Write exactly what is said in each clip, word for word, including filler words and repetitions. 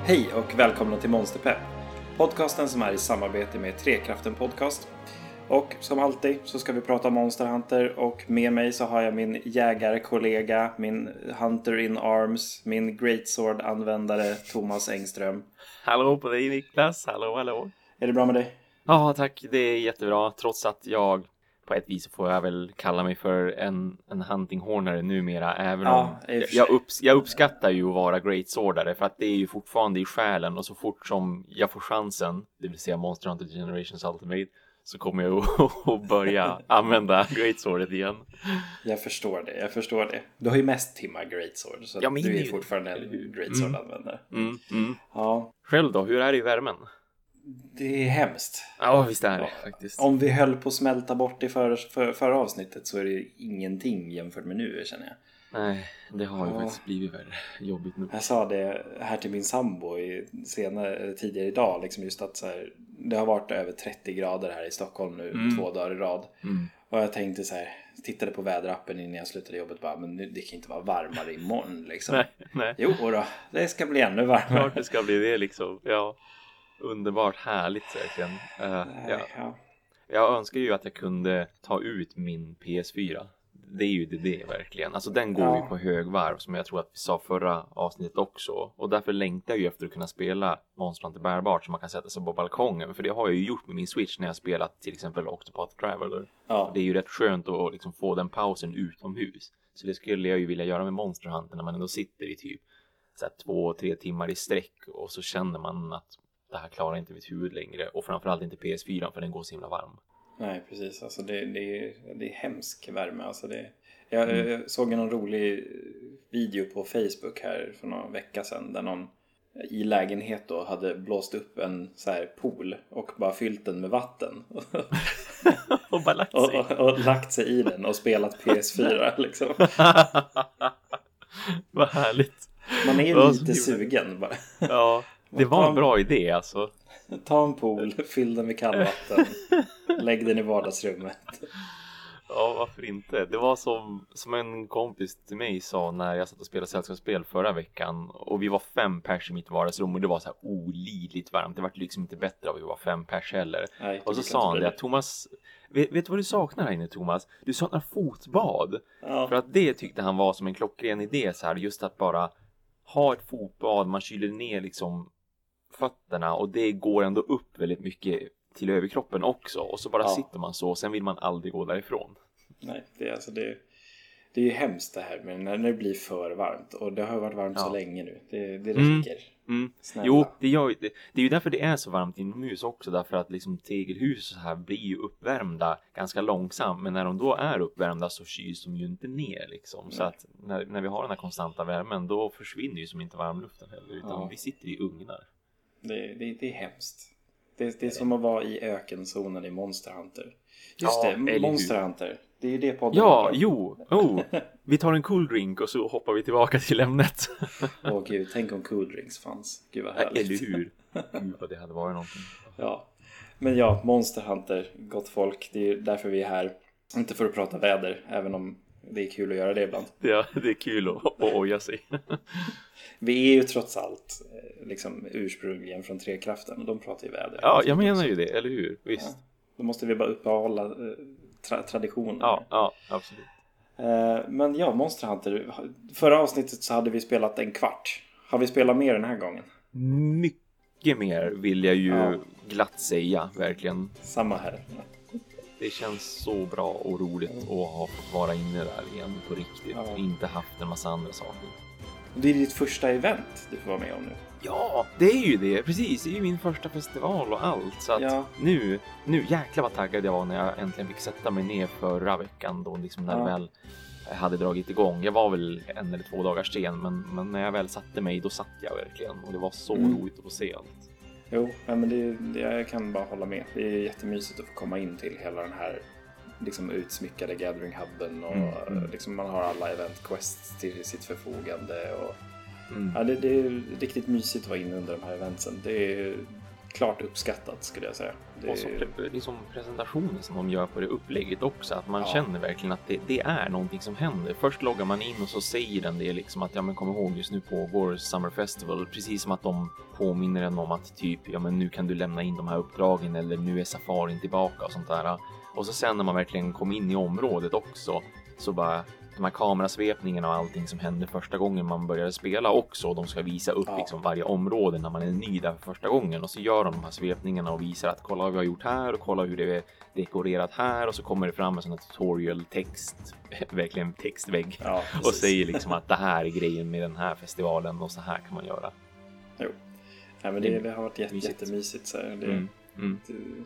Hej och välkomna till Monsterpepp, podcasten som är i samarbete med Trekraften Podcast. Och som alltid så ska vi prata Monster Hunter, och med mig så har jag min jägarkollega, min Hunter in Arms, min Greatsword-användare Thomas Engström. Hallå på dig Niklas, hallå hallå. Är det bra med dig? Ja tack, det är jättebra, trots att jag på ett vis får jag väl kalla mig för en, en huntinghornare numera, även ja, om jag, jag, upps, jag uppskattar ju att vara greatswordare, för att det är ju fortfarande i själen, och så fort som jag får chansen, det vill säga Monster Hunter Generations Ultimate, så kommer jag att börja använda greatswordet igen. Jag förstår det, jag förstår det. Du har ju mest timmar greatsword, så ja, du är fortfarande en greatsword-användare. Mm, mm. Ja. Själv då, hur är det i värmen? Det är hemskt. Ja, visst är det ja. faktiskt. Om vi höll på att smälta bort i förra, för, förra avsnittet så är det ingenting jämfört med nu, känner jag. Nej, det har ju ja. faktiskt blivit värre. Jobbigt nu. Jag sa det här till min sambo i senare, tidigare idag, liksom just att så här, det har varit över trettio grader här i Stockholm nu, mm. två dagar i rad. Mm. Och jag tänkte så här, tittade på väderappen innan jag slutade jobbet, bara, men det kan inte vara varmare imorgon liksom. nej, nej. Jo då, det ska bli ännu varmare. Klart det ska bli det liksom, ja. Underbart härligt verkligen. Uh, nej, ja. ja. Jag önskar ju att jag kunde ta ut min P S fyra. Det är ju det, det verkligen. Alltså den går ja. ju på högvarv, som jag tror att vi sa förra avsnittet också. Och därför längtar jag ju efter att kunna spela Monster Hunter bärbart, så man kan sätta sig på balkongen. För det har jag ju gjort med min Switch när jag spelat till exempel Octopath Traveler. Ja. Det är ju rätt skönt att liksom få den pausen utomhus. Så det skulle jag ju vilja göra med Monster Hunter, när man ändå sitter i typ så här, två, tre timmar i sträck. Och så känner man att det här klarar inte mitt huvud längre. Och framförallt inte P S fyra, för den går så himla varm. Nej, precis. Alltså det, det, är, det är hemsk värme. Alltså det, jag, mm. jag såg en rolig video på Facebook här för några vecka sedan, där någon i lägenhet då hade blåst upp en så här pool och bara fyllt den med vatten. och bara lagt sig. och, och, och lagt sig i den och spelat P S fyra liksom. Vad härligt. Man är lite sugen bara. Ja, det var en bra idé alltså. Ta en pool, fyll den med kallvatten, lägg den i vardagsrummet. Ja, varför inte? Det var som, som en kompis till mig sa när jag satt och spelade sällskapsspel förra veckan. Och vi var fem pers i mitt vardagsrum, och det var så här olidligt varmt. Det var liksom inte bättre av att vi var fem pers heller. Nej, och så sa han det att Thomas, vet, vet du vad du saknar här inne, Thomas? Du saknar fotbad. Ja. För att det tyckte han var som en klockren idé, så här, just att bara ha ett fotbad, man kyler ner liksom fötterna, och det går ändå upp väldigt mycket till överkroppen också, och så bara ja. sitter man så, och sen vill man aldrig gå därifrån. Nej, det är alltså det, det är ju hemskt det här, men när det blir för varmt, och det har varit varmt ja. så länge nu, det, det räcker. Mm. Mm. Jo, det, gör, det, det är ju därför det är så varmt inomhus också, därför att liksom tegelhus så här blir ju uppvärmda ganska långsamt, men när de då är uppvärmda så kyls de ju inte ner liksom. Så att när, när vi har den här konstanta värmen, då försvinner ju som inte varmluften heller, utan ja. vi sitter i ugnar. Det, det, det är hemskt. Det, det är som att vara i ökenzonen i Monster Hunter. Just ja, det, Monster Hunter. Det är ju det podden. Ja, jo. Oh. Vi tar en cool drink och så hoppar vi tillbaka till ämnet. Åh oh, gud, tänk om cool drinks fanns. Gud vad härligt. Eller hur? Gud vad det hade varit någonting. Ja, men ja, Monster Hunter, gott folk. Det är därför vi är här. Inte för att prata väder, även om det är kul att göra det ibland. Ja, det är kul att, att oja sig. Vi är ju trots allt liksom ursprungligen från Trekraften, och de pratar ju väder. Ja, jag menar ju det, eller hur? Visst. Ja, då måste vi bara uppehålla tra- traditionen. Ja, ja, absolut. Men ja, Monster Hunter. Förra avsnittet så hade vi spelat en kvart. Har vi spelat mer den här gången? Mycket mer vill jag ju ja. glatt säga, verkligen. Samma här. Det känns så bra och roligt mm. att ha fått vara inne där igen på riktigt. Ja. Inte haft en massa andra saker. Det är ditt första event du får vara med om nu. Ja, det är ju det. Precis, det är ju min första festival och allt. Så att ja. nu, nu jäklar vad taggad jag var när jag äntligen fick sätta mig ner förra veckan. Då liksom när ja. jag väl hade dragit igång. Jag var väl en eller två dagar sen. Men, men när jag väl satte mig, då satt jag verkligen. Och det var så mm. roligt att få se allt. Jo, men det, det, jag kan bara hålla med. Det är jättemysigt att få komma in till hela den här liksom utsmyckade Gathering-hubben. Och mm. liksom man har alla event-quests till sitt förfogande. Och, mm. ja, det, det är riktigt mysigt att vara inne under de här eventsen. Det är klart uppskattat skulle jag säga. Det och så pre- liksom presentationen som de gör på det upplägget också, att man ja. känner verkligen att det, det är någonting som händer. Först loggar man in och så säger den det liksom att ja men kom ihåg, just nu pågår Summer Festival, precis som att de påminner en om att typ ja men nu kan du lämna in de här uppdragen eller nu är safarin tillbaka och sånt där. Och så sen när man verkligen kom in i området också så bara de här kamerasvepningarna och allting som hände första gången man började spela också. De ska visa upp ja. liksom varje område när man är ny där för första gången. Och så gör de de här svepningarna och visar att kolla vad vi har gjort här och kolla hur det är dekorerat här. Och så kommer det fram en sån här tutorial-text, verkligen textvägg. Ja, och säger liksom att det här är grejen med den här festivalen och så här kan man göra. Jo, ja, men det, det har varit jätte, jättemysigt. Så det, mm. Mm.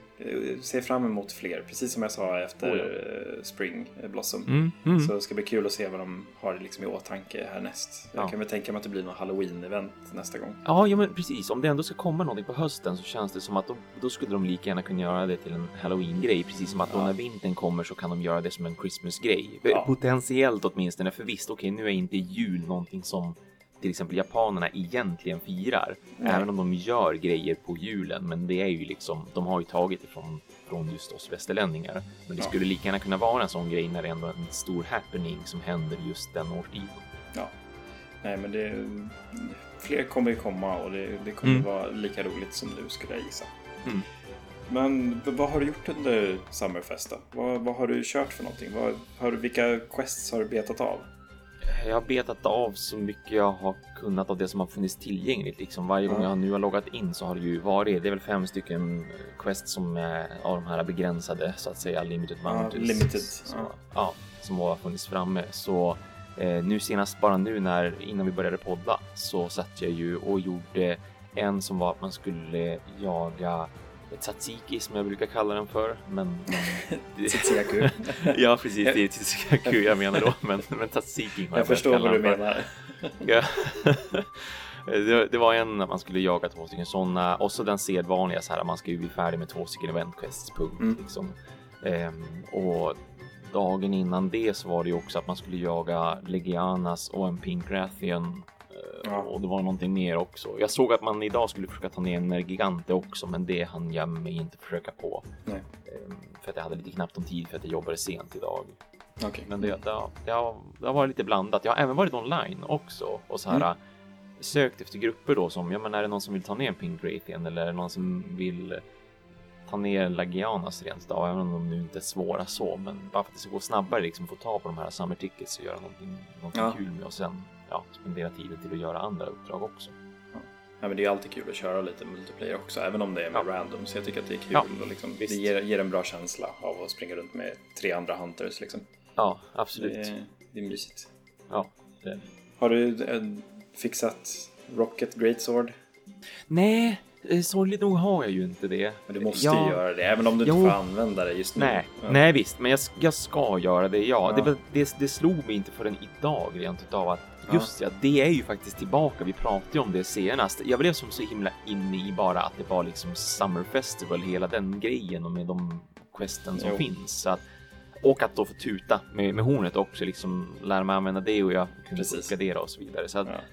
Jag ser fram emot fler, precis som jag sa efter oh, ja. Spring Blossom. Mm. Mm. Så det ska bli kul att se vad de har liksom i åtanke härnäst. Jag ja. kan väl tänka mig att det blir någon Halloween-event nästa gång. Ja, ja, men precis. Om det ändå ska komma någonting på hösten så känns det som att de, då skulle de lika gärna kunna göra det till en Halloween-grej. Precis som att ja. då när vintern kommer så kan de göra det som en Christmas-grej. Ja. Potentiellt åtminstone, för visst, okej, okay, nu är inte jul någonting som till exempel japanerna egentligen firar. Nej. Även om de gör grejer på julen. Men det är ju liksom, de har ju tagit ifrån från just oss västerlänningar. Men det ja. skulle lika gärna kunna vara en sån grej när det ändå är en stor happening som händer just den årstiden. Ja, nej men det fler kommer ju komma och det, det kommer mm. vara lika roligt som nu skulle jag gissa. Mm. Men vad har du gjort under Summerfest då? Vad, vad har du kört för någonting? Vad, har, vilka quests har du betat av? Jag har betat av så mycket jag har kunnat av det som har funnits tillgängligt. Liksom varje gång jag nu har loggat in så har det ju varit, det är väl fem stycken quests som är av de här begränsade så att säga, limited mountains. Ja, limited. Så, ja. ja, som har funnits framme. Så eh, nu senast, bara nu när, innan vi började podda så satt jag ju och gjorde en som var att man skulle jaga tzatziki som jag brukar kalla den för, men, men Tsitsiaku. Ja, precis, det är Tsitsiaku jag menar då, men, men tzatziki har jag, jag förstår vad du menar. Ja. det, det var en att man skulle jaga två stycken sådana, och så den sedvanliga så här, man ska ju bli färdig med två stycken event quests, punkt, mm. liksom. ehm, och dagen innan det så var det ju också att man skulle jaga Legianas och en Pink Rathian. Ja. Och det var någonting mer också. Jag såg att man idag skulle försöka ta ner en Mergigante också, men det hann jag mig inte försöka på. Nej. För att jag hade lite knappt om tid för att jag jobbade sent idag. Okay. Men det, det, det, har, det har varit lite blandat. Jag har även varit online också och så här mm. sökt efter grupper då som, ja men är det någon som vill ta ner Pink Rathian eller är det någon som vill ta ner Lagianas rent av, även om de nu inte är svåra så, men bara för att det ska gå snabbare liksom få ta på de här summer tickets och göra någonting, någonting ja. kul med och sen ja, spendera tiden till att göra andra uppdrag också. Ja. Ja, men det är alltid kul att köra lite multiplayer också, även om det är med ja. random, så jag tycker att det är kul ja, och liksom, det ger, ger en bra känsla av att springa runt med tre andra hunters liksom. Ja, absolut. Det är, det är mysigt. Ja. Det... Har du äh, fixat Rocket Greatsword? Nej, sorgligt nog har jag ju inte det. Men du måste ja. ju göra det, även om du inte jo. får använda det just nu. Nej, ja. Nej visst, men jag, jag ska göra det, ja. ja. Det, det, det slog mig inte förrän idag rent utav att just ja. ja, det är ju faktiskt tillbaka. Vi pratade ju om det senast. Jag blev som så himla inne i bara att det var liksom Summer Festival, hela den grejen och med de questen som jo. finns. Så att, och att då få tuta med, med hornet också, liksom lära mig använda det och jag kunde uppgradera och så vidare. Så att, ja,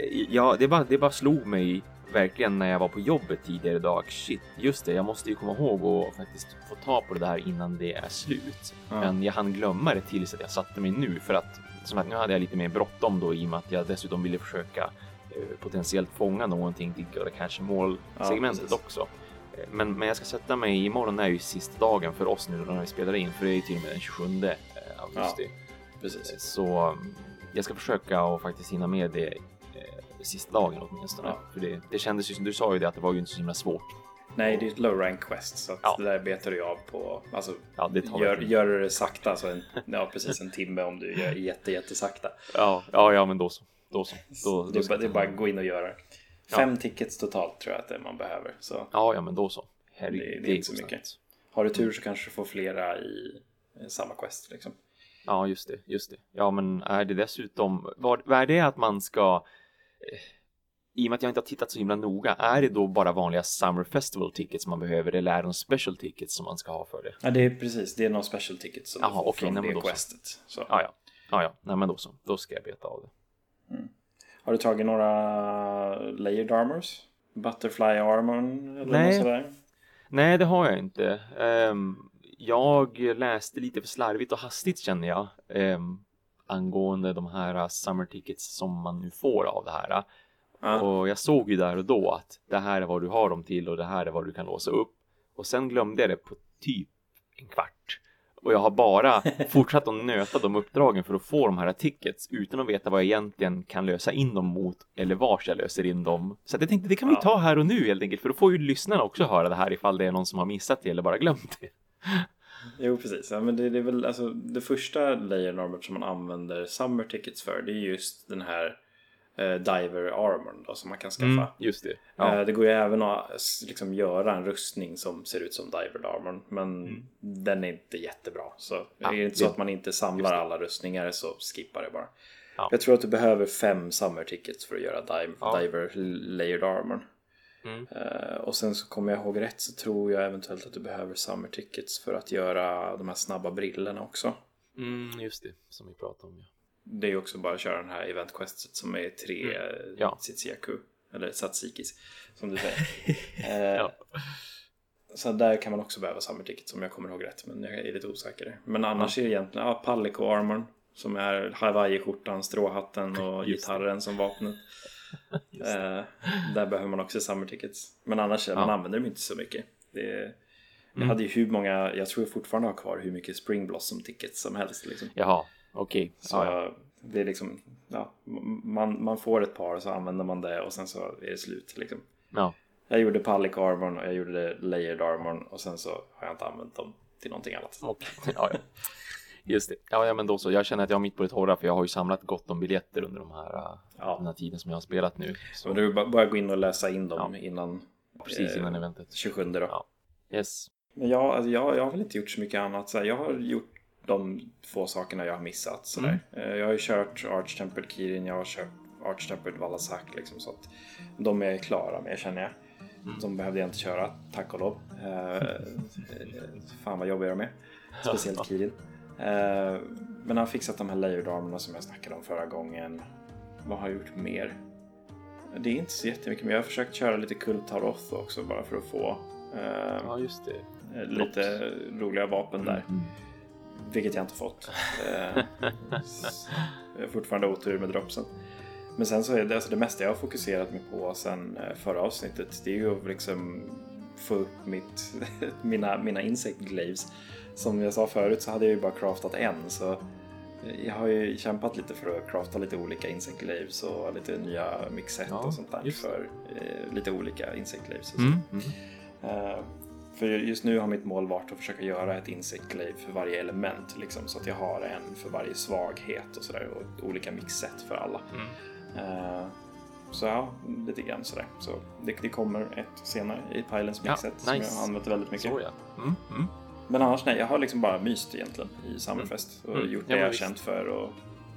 ja det, bara, det bara slog mig verkligen när jag var på jobbet tidigare idag. Shit, just det, jag måste ju komma ihåg och faktiskt få ta på det där innan det är slut. Ja. Men jag hann glömma det tills att jag satte mig nu, för att som att nu hade jag lite mer bråttom då i och med att jag dessutom ville försöka eh, potentiellt fånga någonting till Gotta Catch 'em All-segmentet ja, också. Men, men jag ska sätta mig, imorgon är ju sista dagen för oss nu när vi spelar in, för det är ju till och med den tjugosjunde augusti. Ja, precis. Så jag ska försöka och faktiskt hinna med det sista dagen åtminstone. Ja. För det, det kändes ju som du sa ju det, att det var ju inte så himla svårt. Nej, det är ett low rank quest, så att ja. det där betar du av på, alltså ja, det tar gör, gör du det sakta så en, ja, precis en timme om du gör jätte, jättesakta. Ja, ja, ja, men då så. Då så. Då, då det, är bara, det är bara att gå in och göra. Fem ja. tickets totalt tror jag att det man behöver. Så. Ja, ja, men då så. Här, det, det, det är inte så mycket. Har du tur så kanske du får flera i samma quest liksom. Ja, just det, just det. Ja, men är det dessutom, vad, vad är det att man ska... I och med att jag inte har tittat så himla noga, är det då bara vanliga Summer Festival tickets som man behöver, eller är det någon special tickets som man ska ha för det? Ja, det är precis, det är någon special tickets som Aha, du får okay, från det questet. Så. Ja, ja, ja, ja. Nej, men då så, då ska jag beta av det. Mm. Har du tagit några layered armors? Butterfly Armor eller Nej. något sådär? Nej, det har jag inte. Um, jag läste lite för slarvigt och hastigt känner jag. Um, angående de här summer tickets som man nu får av det här. Ja. Och jag såg ju där och då att det här är vad du har dem till och det här är vad du kan låsa upp. Och sen glömde jag det på typ en kvart. Och jag har bara fortsatt att nöta de uppdragen för att få de här tickets utan att veta vad jag egentligen kan lösa in dem mot eller vars jag löser in dem. Så jag tänkte det kan vi ta här och nu helt enkelt, för då får ju lyssnarna också höra det här ifall det är någon som har missat det eller bara glömt det. Jo, precis. Ja, men det, det är väl alltså det första layer normen som man använder summer tickets för, det är just den här eh, diver armor då, som man kan skaffa. Mm, just det. Ja. Eh, det går ju även att liksom göra en rustning som ser ut som diver armor, men mm. den är inte jättebra. Så ja, är det inte så det, att man inte samlar alla rustningar, så skippar det bara. Ja. Jag tror att du behöver fem summer tickets för att göra dive, ja. diver layered armor. Mm. Uh, och sen så kommer jag ihåg rätt så tror jag eventuellt att du behöver summer tickets för att göra de här snabba brillorna också. Mm, just det, som vi pratade om. Ja. Det är ju också bara att köra den här event questet som är tre mm. ja. Tsitsiaku, eller Tsatsikis som du säger. uh, ja. Så där kan man också behöva summer tickets om jag kommer ihåg rätt, men jag är lite osäker. Men annars ja. Är det egentligen ja, Palico armorn som är Hawaii-skjortan, stråhatten och gitarren som vapnet. Uh, där behöver man också summer tickets. Men annars ja. Man använder dem inte så mycket. Det, mm. Jag hade ju hur många, jag tror jag fortfarande har kvar hur mycket Spring Blossom tickets som helst liksom. Jaha, okej okay. Så ja. Det är liksom ja, man, man får ett par så använder man det och sen så är det slut liksom. Ja. Jag gjorde Palic Armor och jag gjorde Layered Armor och sen så har jag inte använt dem till någonting annat. Okay. Ja, ja. Just det. Ja, ja, men då så. Jag känner att jag har mitt på ett torra, för jag har ju samlat gott om biljetter under de här, ja. Den här tiden som jag har spelat nu. Så du bara gå in och läsa in dem ja. Innan precis innan eh, eventet. tjugosjunde då. Ja. Yes. Men jag, alltså jag, jag har väl inte gjort så mycket annat. Så här, jag har gjort de få sakerna jag har missat. Så mm. där. Jag har ju kört Arch-Tempered Kirin, jag har kört Arch-Tempered Valasak liksom, så att de är klara med, känner jag. Mm. De behövde jag inte köra, tack och lov. Uh, fan vad jobbar jag med. Speciellt Kirin. Uh, men han har fixat de här layer-armorna som jag snackade om förra gången. Vad har jag gjort mer? Det är inte så jättemycket, men jag har försökt köra lite Kultaroth också bara för att få uh, ja, just det. lite Drops. Roliga vapen där. Mm. Vilket jag inte fått. uh, jag har fortfarande otur med dropsen. Men sen så är det alltså det mesta jag har fokuserat mig på sen förra avsnittet, det är ju att liksom få upp mitt, mina, mina insect glaives. Som jag sa förut så hade jag ju bara craftat en, så jag har ju kämpat lite för att crafta lite olika insect glaives och lite nya mixet ja, och sånt där just för eh, lite olika insect glaives. Och så. Mm, mm. Uh, för just nu har mitt mål varit att försöka göra ett insect glaive för varje element liksom, så att jag har en för varje svaghet och sådär, och olika mixet för alla. Mm. Uh, så ja, lite grann sådär. Så det, det kommer ett senare i Pylons mixet ja, nice. Som jag har använt väldigt mycket. Så, ja. mm, mm. Men annars nej, jag har liksom bara myst egentligen i Summerfest och mm. gjort det ja, jag har känt för och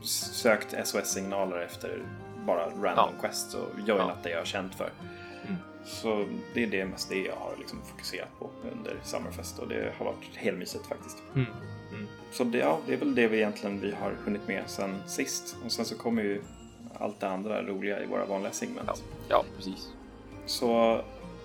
sökt S O S-signaler efter bara random ja. Quests och joinat ja. Det jag har känt för. Mm. Så det är det mest det jag har liksom fokuserat på under Summerfest, och det har varit helt mysigt faktiskt. Mm. Mm. Så det, ja, det är väl det vi egentligen vi har hunnit med sen sist, och sen så kommer ju allt det andra roliga i våra vanliga segment. Ja, ja precis. Så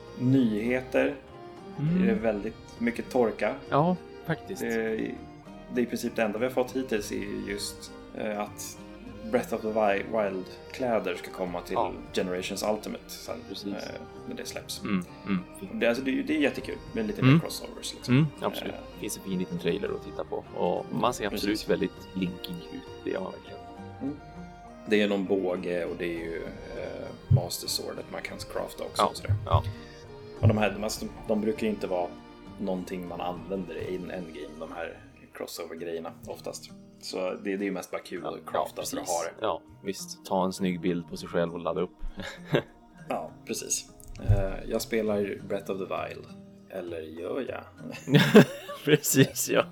nyheter mm. är det väldigt mycket torka. Ja, faktiskt. Det är, det är i princip det enda vi har fått hittills är just eh, att Breath of the Wild-kläder ska komma till ja. Generations Ultimate sen, eh, när det släpps. Mm. Mm. Det, alltså, det, det är jättekul med lite mm. mer crossovers. Liksom. Mm, absolut. Eh, det finns en fin liten trailer att titta på. Och man ser absolut precis. Väldigt linkig ut. Det gör man verkligen. Mm. Det är någon båge och det är ju eh, Master Swordet man kan crafta också. Ja. Och, sådär. Ja. Och de här de, alltså, de brukar ju inte vara någonting man använder i en endgame, de här crossover-grejerna oftast. Så det, det är ju mest bara kul ja, att crafta ja, för att ha det. Ja, visst. Ta en snygg bild på sig själv och ladda upp. Ja, precis. Uh, jag spelar Breath of the Wild. Eller gör jag? Precis, ja.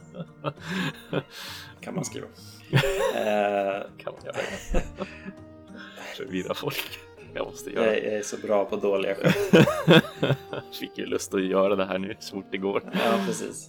Kan man skriva. uh, kan man göra. Förvirra folk. Jag måste göra. Jag är så bra på dåliga skämt. Fick ju lust att göra det här nu så fort det går. Ja, precis.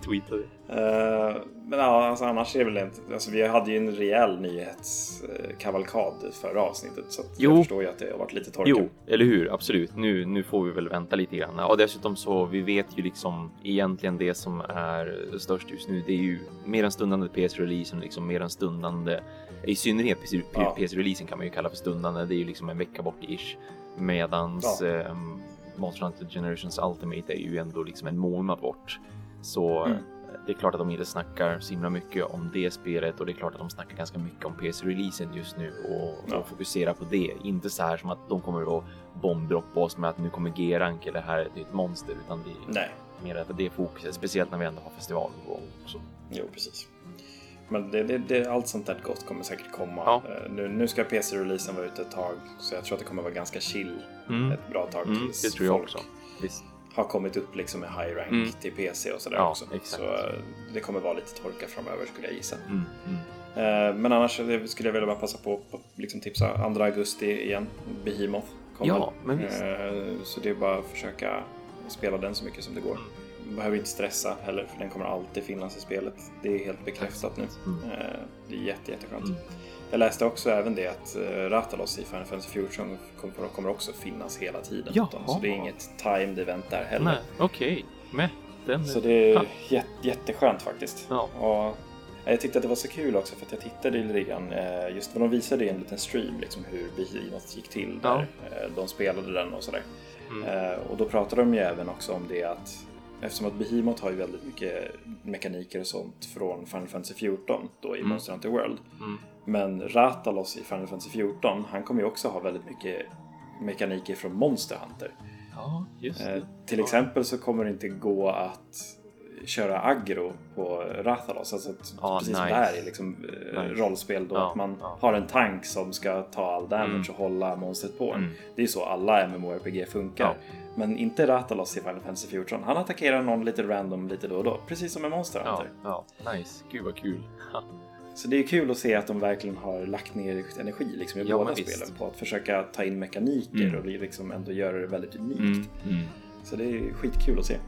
tweetade. Uh, men ja, alltså, annars är det väl inte... Alltså, vi hade ju en rejäl nyhetskavalkad förra avsnittet. Så att jag förstår ju att det har varit lite torkat. Jo, eller hur? Absolut. Nu, nu får vi väl vänta lite grann. Och dessutom så, vi vet ju liksom egentligen det som är störst just nu. Det är ju mer än stundande P S-releasen, liksom mer än stundande... I synnerhet P S-releasen kan man ju kalla för stundande. Det är ju liksom en vecka bort-ish. Medans... Ja. Eh, Monster Hunter Generations Ultimate är ju ändå liksom en månad bort. Så mm. det är klart att de inte snackar så himla mycket om det spelet. Och det är klart att de snackar ganska mycket om P S-releasen just nu. Och, ja. och fokuserar på det. Inte så här som att de kommer att bombdroppa oss med att nu kommer G-rank eller här är ett nytt monster. Utan det är Nej. mer att det är fokuset. Speciellt när vi ändå har festival också. Jo, precis. Men det, det, det, allt sånt där gott kommer säkert komma. Ja. Uh, nu, nu ska P C-releasen vara ute ett tag. Så jag tror att det kommer vara ganska chill mm. ett bra tag mm, tills det tror jag folk också. Visst. har kommit upp liksom med high rank mm. till P C och sådär ja, också. Exakt. Så uh, det kommer vara lite torka framöver skulle jag gissa. Mm. Mm. Uh, men annars skulle jag vilja bara passa på att liksom tipsa andra augusti igen. Behemoth kommer. Ja, men visst. Uh, så det är bara att försöka spela den så mycket som det går. Mm. Behöver inte stressa heller, för den kommer alltid finnas i spelet. Det är helt bekräftat nu. Mm. Det är jätte, jätteskönt. Mm. Jag läste också även det att Rathalos i Final Fantasy fjorton kommer också finnas hela tiden. Jaha. Så det är inget timed event där heller. Nej, okej. Okay. Den... Så det är jätte, jätteskönt faktiskt. Ja. Och jag tyckte att det var så kul också för att jag tittade lite grann. Just när de visade i en liten stream liksom hur Behemoth gick till där. Ja. De spelade den och sådär. Mm. Och då pratade de ju även också om det att eftersom att Behemoth har ju väldigt mycket mekaniker och sånt från Final Fantasy fjorton då i mm. Monster Hunter World. Mm. Men Rathalos i Final Fantasy fjorton, han kommer ju också ha väldigt mycket mekaniker från Monster Hunter. Ja, just det. Eh, till ja. exempel så kommer det inte gå att köra aggro på Rathalos. Alltså att, ja, precis nice. som det här är liksom nice. rollspel då. Ja, att man ja. har en tank som ska ta all damage mm. och hålla monstret på en. Mm. Det är så alla MMORPG funkar. Ja. Men inte Rathalos i Final Fantasy fjorton. Han attackerar någon lite random lite då och då. Precis som med Monster Hunter. Ja, ja. Nice. Gud vad kul. Så det är kul att se att de verkligen har lagt ner energi liksom, i ja, båda spelen visst. på att försöka ta in mekaniker mm. och liksom ändå göra det väldigt unikt. Mm. Mm. Så det är skitkul att se.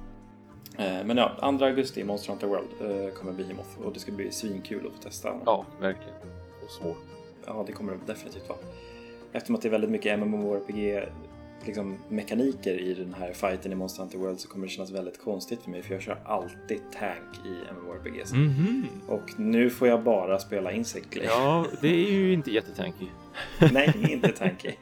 Men ja, andra augusti i Monster Hunter World kommer Behemoth och det ska bli svinkul att få testa. Ja, verkligen. Och svårt. Ja, det kommer det definitivt vara. Eftersom att det är väldigt mycket MMORPG liksom, mekaniker i den här fighten i Monster Hunter World så kommer det kännas väldigt konstigt för mig för jag kör alltid tank i MMORPGs. Mm-hmm. Och nu får jag bara spela Insect Glaive. Ja, det är ju inte jättetanky. Nej, inte tanky.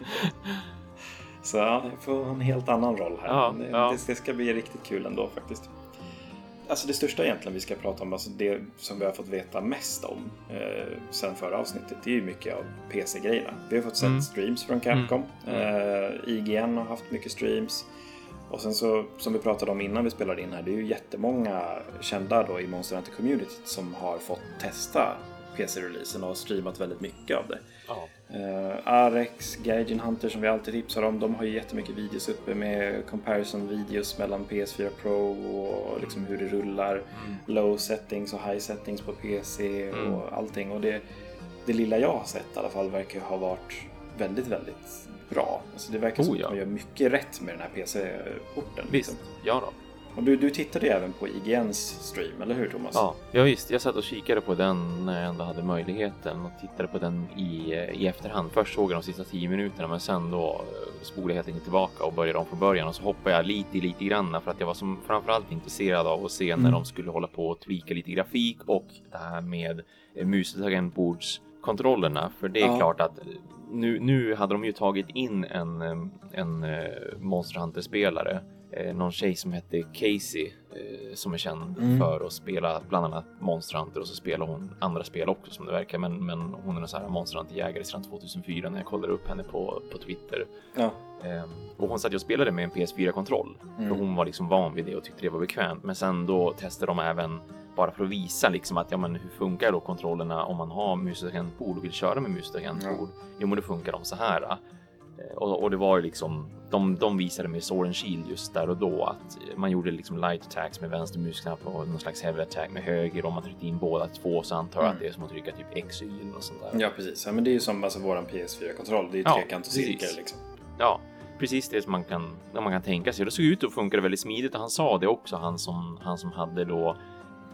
Så ja, jag får en helt annan roll här. Ja, det, ja. det ska bli riktigt kul ändå faktiskt. Alltså det största egentligen vi ska prata om, alltså det som vi har fått veta mest om eh, sen förra avsnittet, det är ju mycket av P C-grejerna. Vi har fått sett mm. streams från Capcom. Mm. Eh, I G N har haft mycket streams. Och sen så, som vi pratade om innan vi spelade in här, det är ju jättemånga kända då i Monster Hunter Community som har fått testa P C-releasen och har streamat väldigt mycket av det. Oh. Uh, Arex, Gaijin Hunter som vi alltid tipsar om, de har ju jättemycket videos uppe med comparison-videos mellan P S fyra Pro och liksom hur det rullar, mm. low settings och high settings på P C mm. och allting. Och det, det lilla jag har sett i alla fall verkar ha varit väldigt, väldigt bra. Alltså det verkar oh, som att ja. man gör mycket rätt med den här P C-porten. Visst, liksom. ja då. Och du, du tittade ju även på I G N:s stream, eller hur Thomas? Ja, ja visst. Jag satt och kikade på den när jag ändå hade möjligheten och tittade på den i, i efterhand. Först såg jag de sista tio minuterna men sen då spolade jag helt enkelt tillbaka och började om från början. Och så hoppade jag lite, lite grann för att jag var som framförallt intresserad av att se mm. när de skulle hålla på och tweaka lite grafik och det här med mus- och tangentbordskontrollerna. För det är ja. klart att nu, nu hade de ju tagit in en, en Monster Hunter-spelare. Eh, någon tjej som hette Casey eh, som är känd mm. för att spela bland annat Monster Hunter och så spelar hon andra spel också som det verkar, men, men hon är en sån här Monster Hunter-jägare sedan tvåtusenfyra när jag kollade upp henne på, på Twitter. Ja. Eh, och hon satt ju och spelade med en P S fyra-kontroll mm. för hon var liksom van vid det och tyckte det var bekvämt, men sen då testade de även bara för att visa liksom att ja, men hur funkar då kontrollerna om man har mus- och tangentbord och vill köra med mus- och tangentbord. Ja. Jo, men det funkar de så här. Och, och det var ju liksom de, de visade med Sword and Shield just där och då att man gjorde liksom light attacks med vänster musknapp och någon slags heavy attack med höger och man tryckte in båda två så antar jag mm. att det är som att trycka typ X Y och sånt där. Ja precis, ja, men det är ju som alltså, våran P S fyra-kontroll, det är ju trekant och cirkel liksom. Ja, precis det som man kan, man kan tänka sig. Det såg ut att funka väldigt smidigt och han sa det också, han som, han som hade då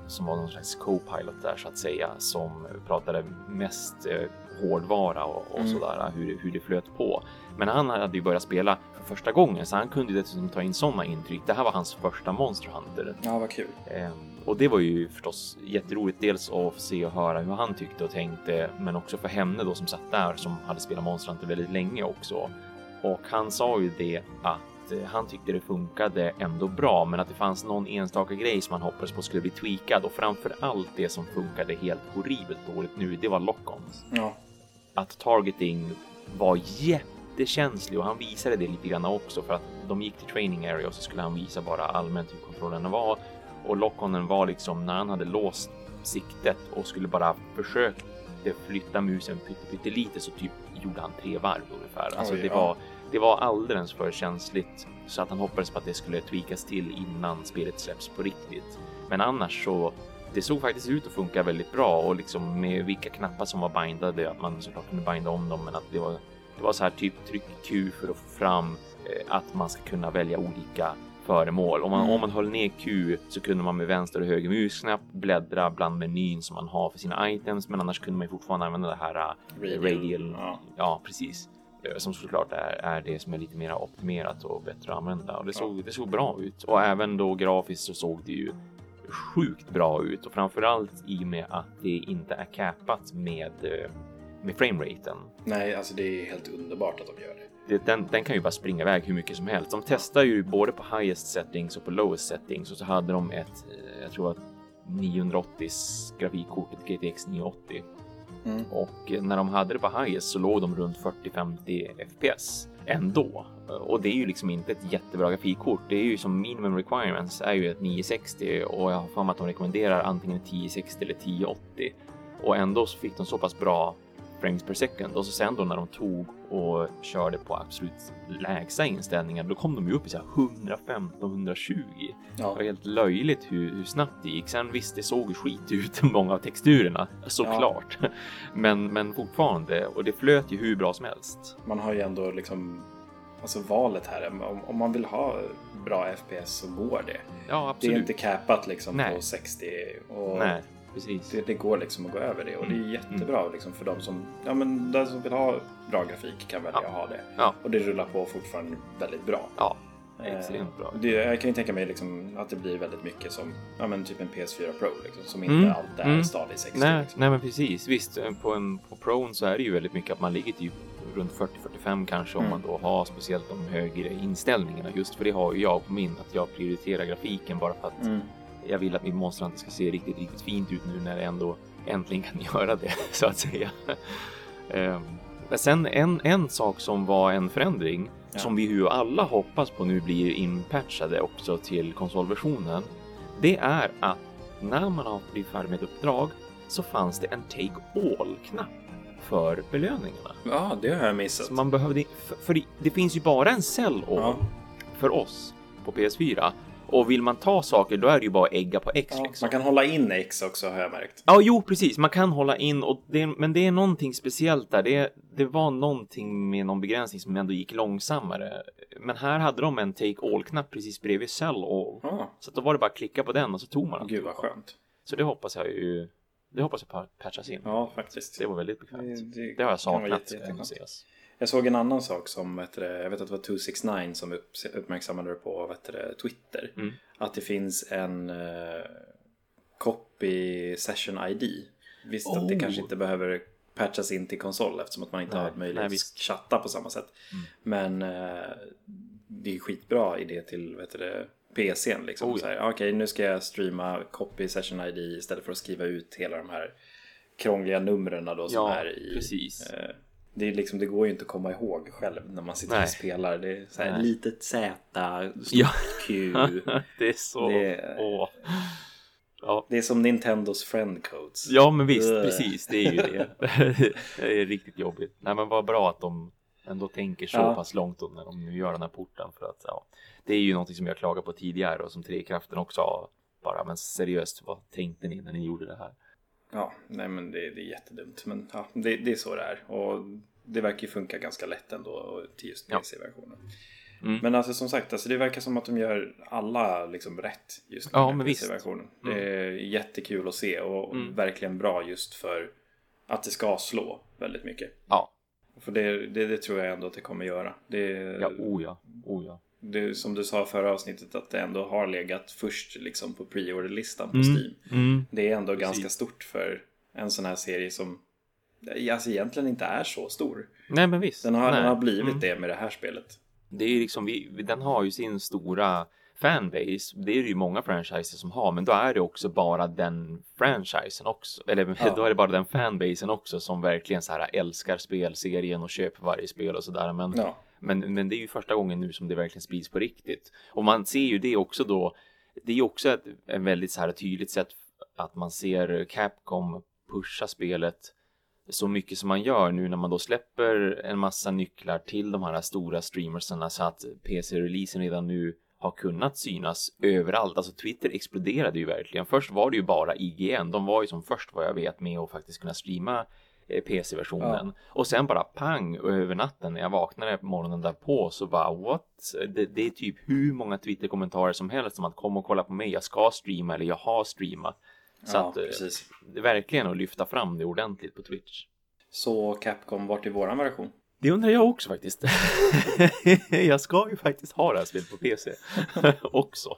som var någon slags co-pilot där så att säga, som pratade mest eh, hårdvara och, och mm. sådär, hur, hur det flöt på. Men han hade ju börjat spela för första gången, så han kunde ju dessutom ta in sådana intryck. Det här var hans första Monster Hunter. Ja, vad kul. Eh, och det var ju förstås jätteroligt, dels att se och höra hur han tyckte och tänkte, men också för henne då som satt där, som hade spelat Monster Hunter väldigt länge också. Och han sa ju det att han tyckte det funkade ändå bra, men att det fanns någon enstaka grej som han hoppades på skulle bli tweakad, och framför allt det som funkade helt horribelt dåligt nu, det var lock-ons. Ja. Att targeting var jättekänslig, och han visade det lite grann också, för att de gick till training area och så skulle han visa bara allmänt hur kontrollerna var, och lock-onen var liksom när han hade låst siktet och skulle bara försöka flytta musen pyttelite, så typ gjorde han tre varv ungefär. Alltså Oj, det ja. var Det var alldeles för känsligt, så att han hoppades på att det skulle tweakas till innan spelet släpps på riktigt. Men annars så, det såg faktiskt ut att funka väldigt bra, och liksom med vilka knappar som var bindade, att man såklart kunde binda om dem, men att det var, det var så här typ tryck Q för att få fram eh, att man ska kunna välja olika föremål. Om man, mm. om man höll ner Q så kunde man med vänster och höger musknapp bläddra bland menyn som man har för sina items, men annars kunde man fortfarande använda det här uh, radial, radial ja. ja precis, som såklart är, är det som är lite mer optimerat och bättre att använda, och det såg, ja. det såg bra ut, och även då grafiskt så såg det ju sjukt bra ut, och framförallt i och med att det inte är capat med, med frameraten. Nej, alltså det är helt underbart att de gör det. Det, den, den kan ju bara springa iväg hur mycket som helst. De testar ju både på highest settings och på lowest settings, och så hade de ett, jag tror att niohundraåttio grafikkort, ett G T X niohundraåttio. Mm. Och när de hade det på highest så låg de runt fyrtio till femtio F P S ändå. Och det är ju liksom inte ett jättebra grafikkort. Det är ju som minimum requirements är ju ett nio sextio, och jag har för mig att de rekommenderar antingen tio sextio eller tio åttio. Och ändå så fick de så pass bra frames per second, och så sen då när de tog och körde på absolut lägsta inställningar, då kom de ju upp i så här hundrafemton till hundratjugo. Ja. Det var helt löjligt hur, hur snabbt det gick. Sen visst, det såg ju skit ut många av texturerna, såklart. Ja. men, men fortfarande, och det flöt ju hur bra som helst. Man har ju ändå liksom, alltså valet här, om, om man vill ha bra F P S så går det. Ja, absolut. Det är inte capat liksom Nej. på sextio, och Nej. Precis. Det, det går liksom att gå över det, och det är jättebra mm. liksom för de som, ja, men de som vill ha bra grafik kan välja ja. att ha det. Ja. Och det rullar på fortfarande väldigt bra. Ja, extremt bra. Det, jag kan ju tänka mig liksom att det blir väldigt mycket som, ja, men typ en P S fyra Pro liksom, som inte mm. allt är mm. stadig sextio. Nej, liksom. nej, men precis. Visst, på, en, på Pro så är det ju väldigt mycket att man ligger typ runt fyrtio till fyrtiofem kanske, mm. om man då har speciellt de högre inställningarna. Just för det har ju jag på min, att jag prioriterar grafiken bara för att mm. jag vill att min Monster Hunter ska se riktigt, riktigt fint ut nu när det ändå äntligen kan göra det, så att säga. um, men sen en, en sak som var en förändring, ja. som vi ju alla hoppas på nu blir inpatchade också till konsolversionen, det är att när man har blivit färdig med ett uppdrag så fanns det en take all-knapp för belöningarna. Ja, det har jag missat. Så man behövde, för, för det, det finns ju bara en sell all ja. för oss på P S fyra. Och vill man ta saker, då är det ju bara ägga på X. Ja, liksom. Man kan hålla in X också, har jag märkt. Ja, jo, precis. Man kan hålla in. Och det, men det är någonting speciellt där. Det, det var någonting med någon begränsning som ändå gick långsammare. Men här hade de en take all-knapp precis bredvid sell all. Ah. Så då var det bara att klicka på den och så tog man den. Gud vad skönt. Så det hoppas jag ju... Det hoppas jag patchas in. Ja, faktiskt. Det var väldigt bekvämt. Det, det, det har jag saknat, kan man säga. Jag såg en annan sak som, vet du, jag vet att det var två sex nio som upp, uppmärksammade det på, vet du, Twitter. Mm. Att det finns en uh, copy session I D. Visst oh. att det kanske inte behöver patchas in till konsol eftersom att man inte nej, har möjlighet nej, att chatta på samma sätt. Mm. Men uh, det är skitbra idé till, vet du, P C:n liksom. Oh, ja. Okej, okay, nu ska jag streama copy session I D istället för att skriva ut hela de här krångliga numren då som ja, är i... precis. Uh, Det, är liksom, det går ju inte att komma ihåg själv när man sitter Nej. och spelar. Det är så här litet Z, stort ja. Q. Det är så... Det, Åh. Ja. Det är som Nintendos friend codes. Ja, men visst, uh. precis. Det är ju det. Det är riktigt jobbigt. Nej, men vad bra att de ändå tänker så ja. pass långt när de nu gör den här porten. För att, ja, det är ju någonting som jag klagat på tidigare och som Trekraften också har. Bara, men seriöst, vad tänkte ni när ni gjorde det här? Ja, nej men det, det är jättedumt. Men ja, det, det är så det är. Och det verkar ju funka ganska lätt ändå till just P C-versionen. Mm. Men alltså som sagt, alltså, det verkar som att de gör alla liksom rätt just nu. Ja, men visst. Mm. Det är jättekul att se och mm. verkligen bra just för att det ska slå väldigt mycket. Ja. För det, det, det tror jag ändå att det kommer göra. Det, ja, oh ja. Oh ja. Det, som du sa förra avsnittet, att det ändå har legat först liksom på pre-order-listan på mm. Steam. Mm. Det är ändå Precis. ganska stort för en sån här serie som alltså egentligen inte är så stor. Nej, men visst. Den har, Nej. den har blivit mm. det med det här spelet. Det är liksom, vi, den har ju sin stora fanbase. Det är det ju många franchiser som har, men då är det också bara den franchisen också. Eller ja. då är det bara den fanbasen också som verkligen så här älskar spelserien och köper varje spel och sådär. Men, ja. men, men det är ju första gången nu som det verkligen sprids på riktigt. Och man ser ju det också då. Det är ju också ett, ett väldigt så här tydligt sätt att man ser Capcom pusha spelet så mycket som man gör nu när man då släpper en massa nycklar till de här stora streamersarna, så att P C-releasen redan nu har kunnat synas överallt. Alltså Twitter exploderade ju verkligen. Först var det ju bara I G N. De var ju som först vad jag vet med att faktiskt kunna streama P C-versionen. Ja. Och sen bara pang över natten när jag vaknade på morgonen därpå så bara what? Det, det är typ hur många Twitter-kommentarer som helst som att kom och kolla på mig. Jag ska streama eller jag har streamat. Så ja, att precis. Det är verkligen att lyfta fram det ordentligt på Twitch. Så Capcom, vart är våran version? Det undrar jag också faktiskt. Jag ska ju faktiskt ha det här spelet på P C också.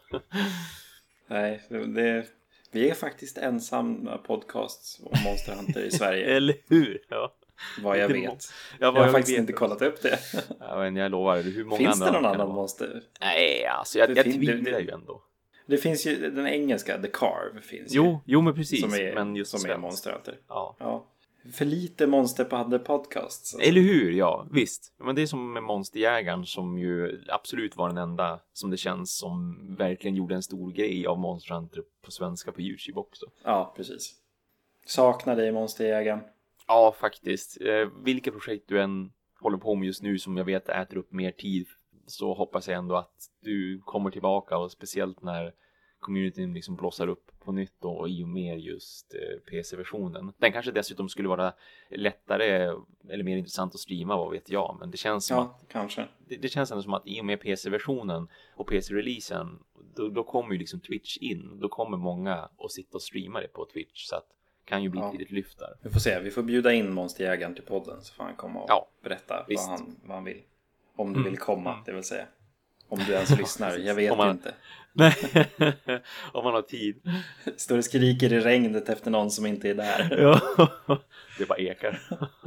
Nej, det, vi är faktiskt ensamma podcasts om Monster Hunter i Sverige. Eller hur? Ja. Vad jag vet. Ja, vad jag har jag faktiskt vet. inte kollat upp det. Ja, men jag lovar. Hur många finns det någon annan annan Monster? Nej, alltså jag, det jag fin- tvivlar det, ju ändå. Det finns ju den engelska, The Carve finns jo, ju. Jo, men precis. Som är, men just som är Monster Hunter. Ja. ja. För lite Monster på hade podcasts. Alltså. Eller hur, ja, visst. Men det är som med Monsterjägaren som ju absolut var den enda som det känns som verkligen gjorde en stor grej av Monster Hunter på svenska på YouTube också. Ja, precis. Saknar dig Monsterjägaren? Ja, faktiskt. Eh, vilka projekt du än håller på med just nu som jag vet äter upp mer tid, så hoppas jag ändå att du kommer tillbaka, och speciellt när communityn liksom blossar upp på nytt då, och i och med just eh, P C-versionen. Den kanske dessutom skulle vara lättare eller mer intressant att streama, vad vet jag, men det känns som ja, att kanske. Det, det känns ändå som att i och med P C-versionen och P C-releasen då, då kommer ju liksom Twitch in. Då kommer många att sitta och streama det på Twitch, så att kan ju bli ja. ett litet lyft där. Vi får se, vi får bjuda in Monsterjägaren till podden så får han komma och ja, berätta vad han, vad han vill. Om du mm. vill komma, mm. det vill säga. Om du ens lyssnar, jag vet man... inte. Nej, om man har tid. Står och skriker i regnet efter någon som inte är där. Ja, det bara ekar.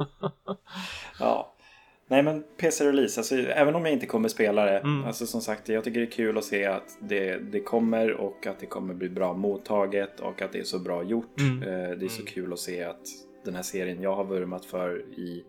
Ja. Nej, men P C-release, alltså, även om jag inte kommer spela det, mm. alltså som sagt, jag tycker det är kul att se att det, det kommer och att det kommer bli bra mottaget och att det är så bra gjort. Mm. Eh, det är så mm. kul att se att den här serien jag har vurmat för i,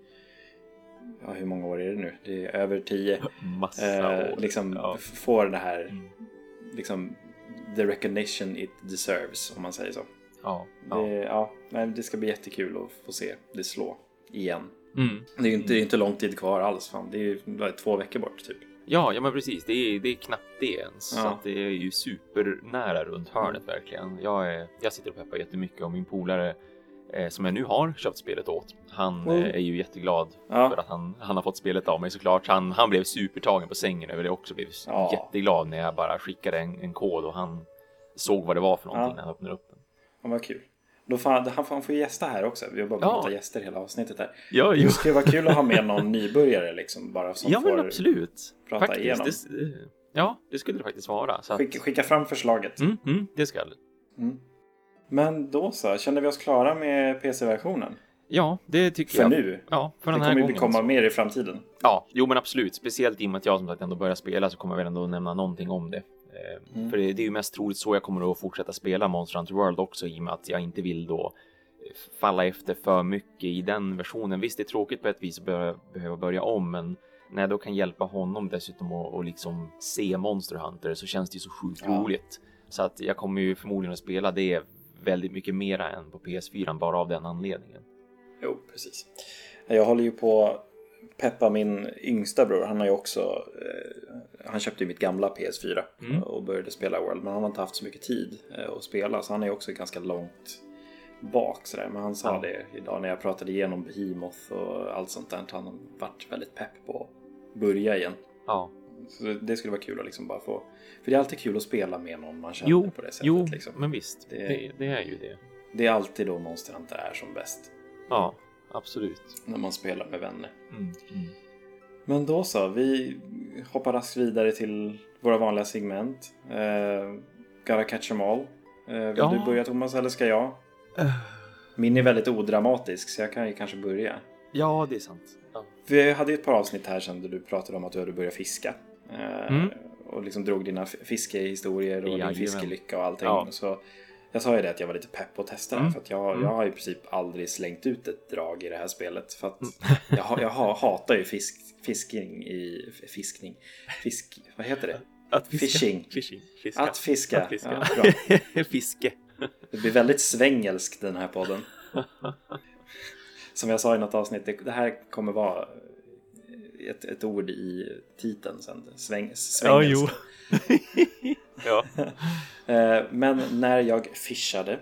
ja, hur många år är det nu? Det är över tio. Massa eh, år. liksom Ja. får det här mm. liksom the recognition it deserves, om man säger så. Ja, ja. Det, ja, nej, det ska bli jättekul att få se det slå igen. Mm. Det är ju inte, det är inte lång tid kvar alls. Fan. Det är ju två veckor bort typ. Ja, ja men precis. Det är, det är knappt det ens. Ja. Så att det är ju supernära runt hörnet verkligen. Jag, är, jag sitter och peppar jättemycket, och min polare eh, som jag nu har köpt spelet åt, han mm. eh, är ju jätteglad ja. för att han, han har fått spelet av mig såklart. Han, han blev supertagen på sängen över det också. Blev ja. jätteglad när jag bara skickade en, en kod och han såg vad det var för någonting ja. när han öppnade upp den. Ja, vad kul. Då fan, han får, han får gästa här också. Vi har bara pratat ja. gäster hela avsnittet här. Ja, det skulle vara kul att ha med någon nybörjare liksom, bara som ja, får men absolut. prata faktiskt, igenom. Det, ja, det skulle det faktiskt vara. Så att... skicka, skicka fram förslaget. Mm, mm, det ska det. Mm. Men då så, känner vi oss klara med P C-versionen? Ja, det tycker för jag. För nu? Ja, för det den här kommer gången. Det kommer komma så. mer i framtiden. Ja, jo men absolut. Speciellt i och med att jag som sagt ändå börjar spela, så kommer jag väl ändå nämna någonting om det. Mm. För det, det är ju mest troligt så jag kommer att fortsätta spela Monster Hunter World också, i och med att jag inte vill då falla efter för mycket i den versionen. Visst, det är tråkigt på ett vis att börja, behöva börja om, men när jag då kan hjälpa honom dessutom och, och liksom se Monster Hunter, så känns det ju så sjukt ja. roligt. Så att jag kommer ju förmodligen att spela det väldigt mycket mera än på P S fyra, bara av den anledningen. Jo, precis. Jag håller ju på peppa min yngsta bror. Han har ju också eh, han köpte ju mitt gamla P S fyra mm. och började spela World, men han har inte haft så mycket tid eh, att spela, så han är ju också ganska långt bak sådär. Men han sa ja. det idag när jag pratade igenom Behemoth och allt sånt där, han har varit väldigt pepp på att börja igen. Ja. Så det skulle vara kul att liksom bara få... För det är alltid kul att spela med någon man känner jo, på det sättet. Jo, liksom. men visst. Det, det, det är ju det. Det är alltid då Monster Hunter är som bäst. Ja, absolut. När man spelar med vänner. Mm, mm. Men då så, vi hoppar raskt vidare till våra vanliga segment. Uh, Gotta catch 'em all. Uh, vill ja. du börja, Thomas, eller ska jag? Uh. Min är väldigt odramatisk, så jag kan ju kanske börja. Ja, det är sant. Ja. Vi hade ju ett par avsnitt här sedan där du pratade om att du hade börjat fiska. Uh, mm. Och liksom drog dina fiskehistorier och ja, din fiskelycka och allting. Ja. Så jag sa ju det att jag var lite pepp på att testa det här. Mm. För att jag, mm. jag har i princip aldrig slängt ut ett drag i det här spelet. För att jag, jag hatar ju fisk, fiskning i... Fiskning? Fisk... Vad heter det? Att fiska. Fishing. Fishing. Fiska. Att fiska. Att fiska. Ja, Fiske. Det blir väldigt svängelskt den här podden. Som jag sa i något avsnitt, det, det här kommer vara ett, ett ord i titeln sen. Sväng, svängelskt. Ja, jo. Ja. Men när jag fishade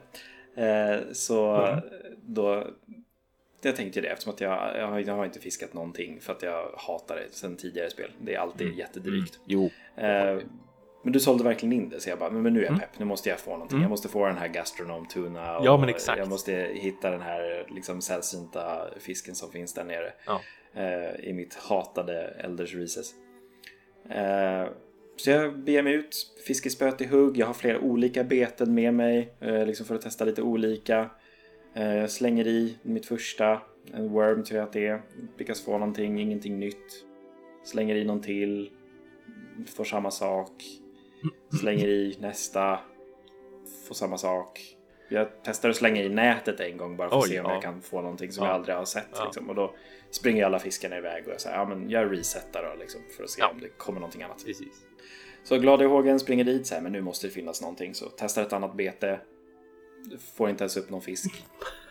så mm. då jag tänkte det eftersom att jag, jag, har, jag har inte fiskat någonting för att jag hatar det sen tidigare spel. Det är alltid mm. jättedrygt. Mm. Jo. Eh, men du sålde verkligen in det så jag bara, men, men nu är jag mm. pepp. Nu måste jag få någonting. Mm. Jag måste få den här Gastronome tuna och ja, men exakt. Jag måste hitta den här liksom sällsynta fisken som finns där nere. Ja. Eh, i mitt hatade Elders Recess. Eh, Så jag beger mig ut, fiskespöt i hugg. Jag har flera olika beten med mig eh, liksom för att testa lite olika. Eh, jag slänger i mitt första, en worm tror jag att det är. Lyckas få någonting, ingenting nytt. Slänger i någon till, får samma sak. Slänger i nästa, får samma sak. Jag testar att slänga i nätet en gång bara för att Oj, se om ja. jag kan få någonting som ja. jag aldrig har sett. Ja. Liksom. Och då springer alla fiskarna iväg och jag säger, ja men jag resetar då liksom, för att se ja. om det kommer någonting annat. Precis. Så glad i hågen springer dit så här, men nu måste det finnas någonting. Så testar ett annat bete. Får inte ens upp någon fisk.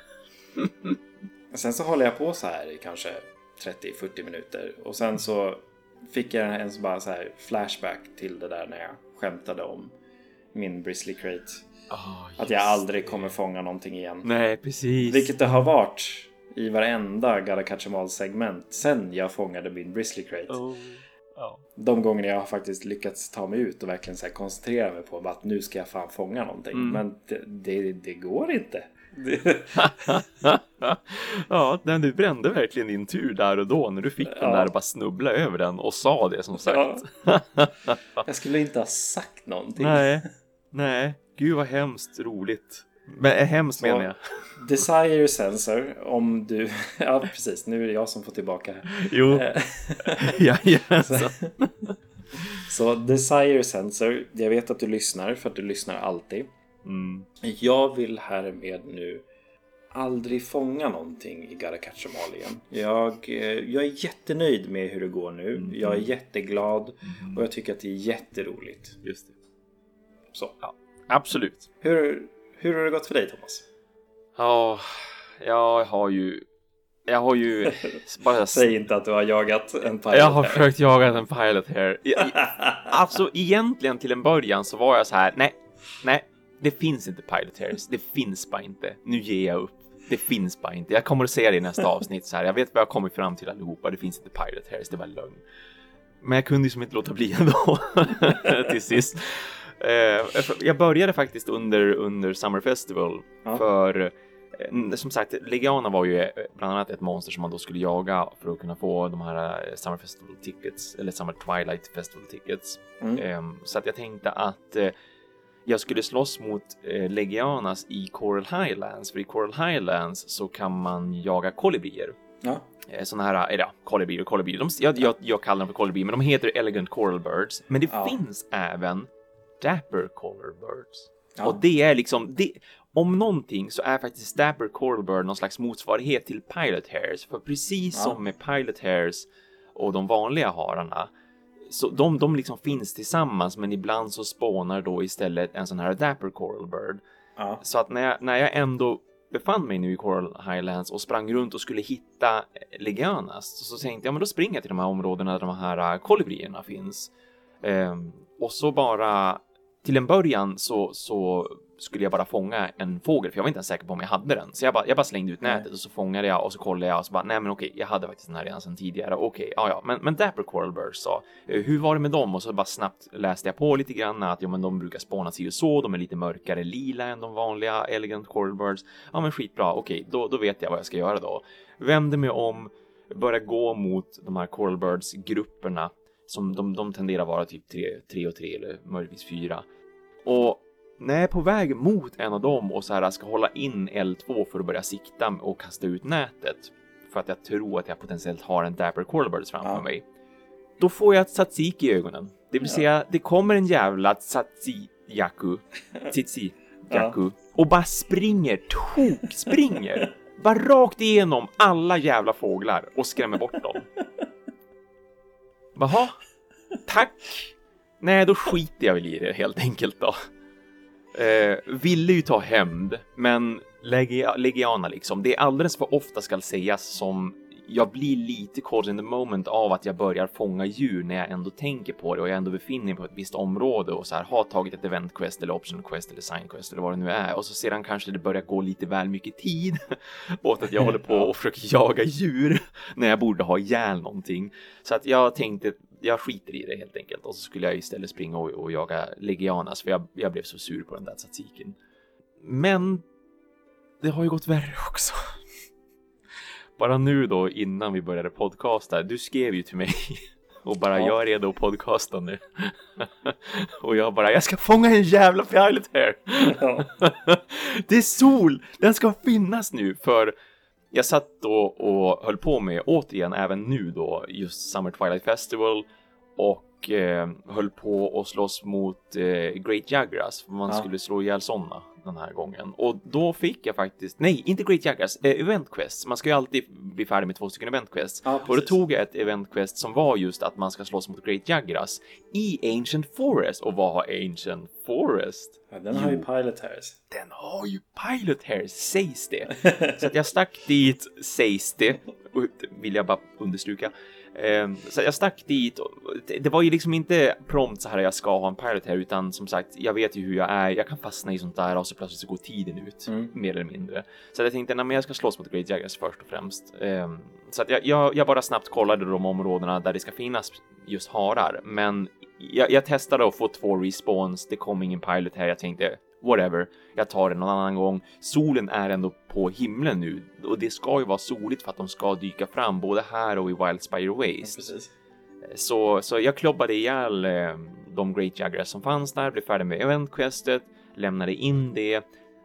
Sen så håller jag på så här i kanske trettio till fyrtio minuter. Och sen så fick jag en så bara så här flashback till det där när jag skämtade om min Bristly Crate. Oh, att jag aldrig det. kommer fånga någonting igen. Nej, precis. Vilket det har varit i varenda Gotta catch 'em all segment sen jag fångade min Bristly Crate. Oh. Ja. De gångerna jag har faktiskt lyckats ta mig ut och verkligen så här koncentrera mig på att nu ska jag fan fånga någonting. Mm. Men det, det, det går inte. Ja, men du brände verkligen din tur där och då när du fick ja. den där och bara snubbla över den och sa det som sagt. Ja. Jag skulle inte ha sagt någonting. Nej, nej. Gud vad hemskt roligt. Men hemskt menar jag. Desire sensor, om du... Ja, precis. Nu är det jag som får tillbaka här. Jo. ja, ja, så. så Desire sensor, jag vet att du lyssnar för att du lyssnar alltid. Mm. Jag vill härmed nu aldrig fånga någonting i Gotta catch 'em all igen. Jag, jag är jättenöjd med hur det går nu. Mm. Jag är jätteglad mm. och jag tycker att det är jätteroligt. Just det. Så. Ja, absolut. Hur... Hur har det gått för dig, Thomas? Ja, jag har ju... Jag har ju... bara... Säg inte att du har jagat en pilot. Jag har här. försökt jaga en pilot här. Alltså, egentligen till en början så var jag så här... Nej, nej. Det finns inte pilot hairs. Det finns bara inte. Nu ger jag upp. Det finns bara inte. Jag kommer att säga det i nästa avsnitt så här. Jag vet vad jag kommit fram till allihopa. Det finns inte pilot hairs. Det var lögn. Men jag kunde ju som inte låta bli ändå. till sist. Uh, jag började faktiskt under, under Summer Festival ja. för uh, som sagt, Legiana var ju bland annat ett monster som man då skulle jaga för att kunna få de här uh, Summer Festival tickets eller Summer Twilight Festival tickets. Mm. Um, så att jag tänkte att uh, jag skulle slåss mot uh, Legianas i Coral Highlands, för i Coral Highlands så kan man jaga kolibrier. Ja. Såna här, ja, kolibrier och kolibrier. De, jag, jag, jag kallar dem för kolibrier, men de heter Elegant Coral Birds. Men det ja. finns även Dapper Coral Birds. Ja. Och det är liksom det, om någonting så är faktiskt Dapper Coral Bird någon slags motsvarighet till Pilot Hairs. För precis ja. som med Pilot Hairs och de vanliga hararna, så de, de liksom finns tillsammans, men ibland så spånar då istället en sån här Dapper Coral Bird. Ja. Så att när jag, när jag ändå befann mig nu i Coral Highlands och sprang runt och skulle hitta Legianas, så, så tänkte jag, men då springer jag till de här områdena där de här kolibrierna finns. Um, och så bara till en början så, så skulle jag bara fånga en fågel, för jag var inte ens säker på om jag hade den. Så jag bara, jag bara slängde ut nätet och så fångade jag och så kollade jag och så bara, nej men okej, jag hade faktiskt den här redan sedan tidigare. Okej, ja ja, men, men Dapper Coral Birds sa, hur var det med dem? Och så bara snabbt läste jag på lite grann att ja, men de brukar spåna sig och så, de är lite mörkare lila än de vanliga Elegant Coral Birds. Ja men skitbra, okej, då, då vet jag vad jag ska göra då. Vände mig om, började gå mot de här Coral Birds-grupperna som de, de tenderar att vara typ tre, tre och tre eller möjligtvis fyra. Och när jag är på väg mot en av dem och så här ska hålla in L två för att börja sikta och kasta ut nätet för att jag tror att jag potentiellt har en Dapper Coral Birds framför ja. mig, då får jag ett tzatziki i ögonen. Det vill ja. säga, det kommer en jävla tzatziki-jaku tzatziki-jaku ja. och bara springer, tok springer bara rakt igenom alla jävla fåglar och skrämmer bort dem. Jaha, tack. Nej, då skiter jag väl i det helt enkelt då. Eh, ville ju ta hämnd, men Legiana liksom, det är alldeles för ofta ska sägas som jag blir lite caught in the moment av att jag börjar fånga djur när jag ändå tänker på det och jag ändå befinner mig på ett visst område och så här har tagit ett event quest eller optional quest eller sign quest eller vad det nu är, och så sedan kanske det börjar gå lite väl mycket tid åt att jag håller på och försöker jaga djur när jag borde ha ihjäl någonting. Så att jag tänkte, jag skiter i det helt enkelt, och så skulle jag istället springa och, och jaga Legianas, för jag, jag blev så sur på den där tzatzikin. Men det har ju gått värre också. Bara nu då, innan vi började podcasta, du skrev ju till mig och bara, ja. jag är redo att podcasta nu. Och jag bara, jag ska fånga en jävla pilot här. Ja. Det är sol, den ska finnas nu, för jag satt då och höll på med, återigen även nu då, just Summer Twilight Festival och eh, höll på att slåss mot eh, Great Jagras, för man ja. skulle slå ihjäl sådana den här gången. Och då fick jag faktiskt, nej, inte Great Jagras, eh, event quests. Man ska ju alltid bli färdig med två stycken event quests. Ja, och då tog jag ett event quest som var just att man ska slåss mot Great Jagras i Ancient Forest. Och vad har Ancient Forest? Ja, den jo, har ju pilot hairs. Den har ju pilot hairs, sägs det. Så att jag stack dit, sägs det, vill jag bara understryka. Så jag stack dit och det var ju liksom inte prompt så här jag ska ha en pilot här, utan som sagt, jag vet ju hur jag är, jag kan fastna i sånt där och så plötsligt så går tiden ut, mm. mer eller mindre. Så jag tänkte, nej, men jag ska slåss mot Great Jaggers först och främst. Så att jag, jag, jag bara snabbt kollade de områdena där det ska finnas just harar, men jag, jag testade att få två respawns, det kom ingen pilot här, jag tänkte whatever, jag tar det någon annan gång. Solen är ändå på himlen nu, och det ska ju vara soligt för att de ska dyka fram både här och i Wildspire Waste. Ja, så, så jag klobbade ihjäl eh, de Great Jagras som fanns där, blev färdig med eventquestet, lämnade in det.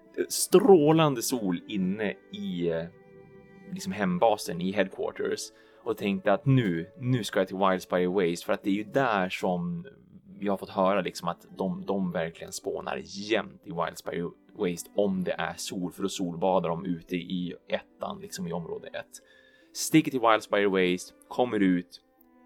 Strålande sol inne i eh, liksom hembasen i headquarters, och tänkte att nu, nu ska jag till Wildspire Waste, för att det är ju där som jag har fått höra liksom att de, de verkligen spånar jämt i Wildspire Waste om det är sol, för då solbadar de ute i ettan, liksom i område ett. Sticker till Wildspire Waste, kommer ut,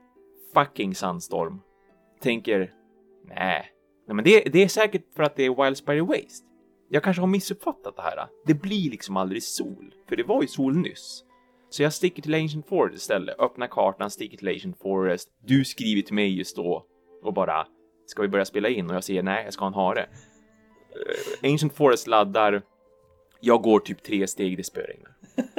fucking sandstorm. Tänker, nej, nej men det, det är säkert för att det är Wildspire Waste. Jag kanske har missuppfattat det här. Det blir liksom aldrig sol, för det var ju sol nyss. Så jag sticker till Ancient Forest istället, öppnar kartan, sticker till Ancient Forest. Du skriver till mig just då och bara, ska vi börja spela in? Och jag säger, nej, jag ska ha en hare. Uh, Ancient Forest laddar. Jag går typ tre steg, det spöregnar.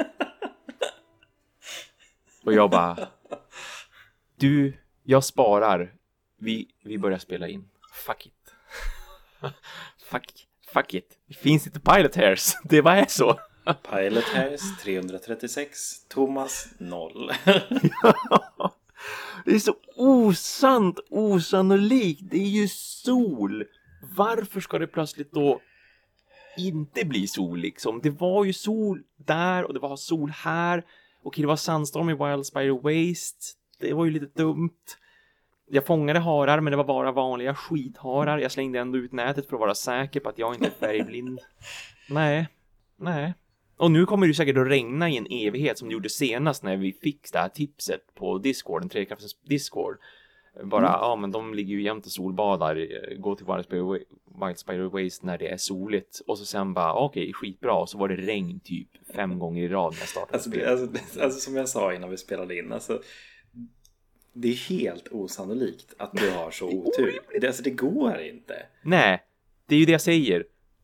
Och jag bara, du, jag sparar. Vi, vi börjar spela in. Fuck it. fuck, fuck it. Det finns inte pilot hairs. Det var så. Pilot hairs trehundratrettiosex. Thomas noll. Ja. Det är så osant, osannolikt. Det är ju sol. Varför ska det plötsligt då inte bli sol liksom? Det var ju sol där och det var sol här. Okej, det var sandstorm i Wildspire Waste. Det var ju lite dumt. Jag fångade harar, men det var bara vanliga skitharar. Jag slängde ändå ut nätet för att vara säker på att jag inte är färgblind. Nej, nej. Och nu kommer det säkert att regna i en evighet, som det gjorde senast när vi fick det här tipset på Discord, en trekraftens Discord. Bara, mm. ja men de ligger ju jämt och solbadar, gå till Wildspire, Wildspire Waste när det är soligt. Och så sen bara, okej, okay, skitbra. Och så var det regn typ fem gånger i rad när jag startade alltså, det, alltså, alltså som jag sa innan vi spelade in, alltså, det är helt osannolikt att du har så otur. Det, alltså det går inte. Nej, det är ju det jag säger.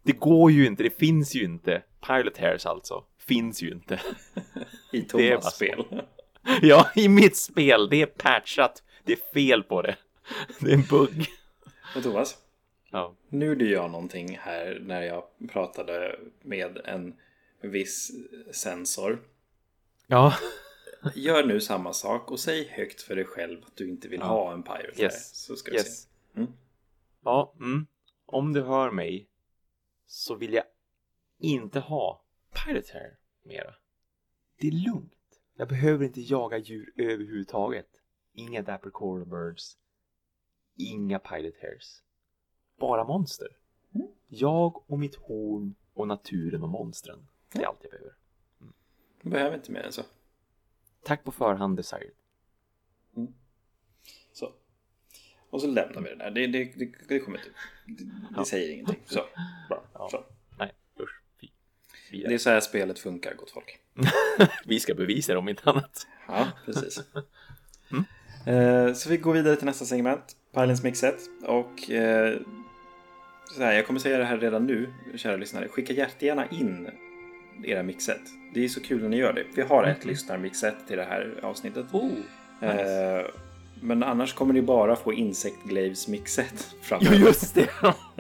Det går ju inte, det finns ju inte. Pilot Hairs alltså, finns ju inte. I Thomas spel. Ja, i mitt spel. Det är patchat. Det är fel på det. Det är en bugg. Och Thomas, ja. Nu gjorde jag någonting här när jag pratade med en viss sensor. Ja. Gör nu samma sak och säg högt för dig själv att du inte vill ja. ha en Pirate Hair. Yes. Så ska du yes. se. Mm. Ja, mm. Om du hör mig så vill jag inte ha Pirate Hair mera. Det är lugnt. Jag behöver inte jaga djur överhuvudtaget. Inga Dapper Coral Birds. Inga Pilot Hairs. Bara monster. Mm. Jag och mitt horn och naturen och monstren. Det är allt jag behöver. Mm. Jag behöver inte mer än så. Tack på förhand, Desire. Mm. Så. Och så lämnar vi det där. Det, det, det, det kommer inte. Det, det ja. säger ingenting. Så. Bra. Ja. Så. Nej, usch. Fy. Fy. Det är så här spelet funkar, gott folk. Vi ska bevisa det om inte annat. Ja, precis. Mm. Eh, så vi går vidare till nästa segment. Pylons mixet. Och eh, så här, jag kommer säga det här redan nu, kära lyssnare. Skicka jättegärna in era mixet. Det är så kul när ni gör det. Vi har ett mm. lyssnarmixet till det här avsnittet. Oh, nice. eh, men annars kommer ni bara få Insect Glaives mixet framöver. Ja, just det.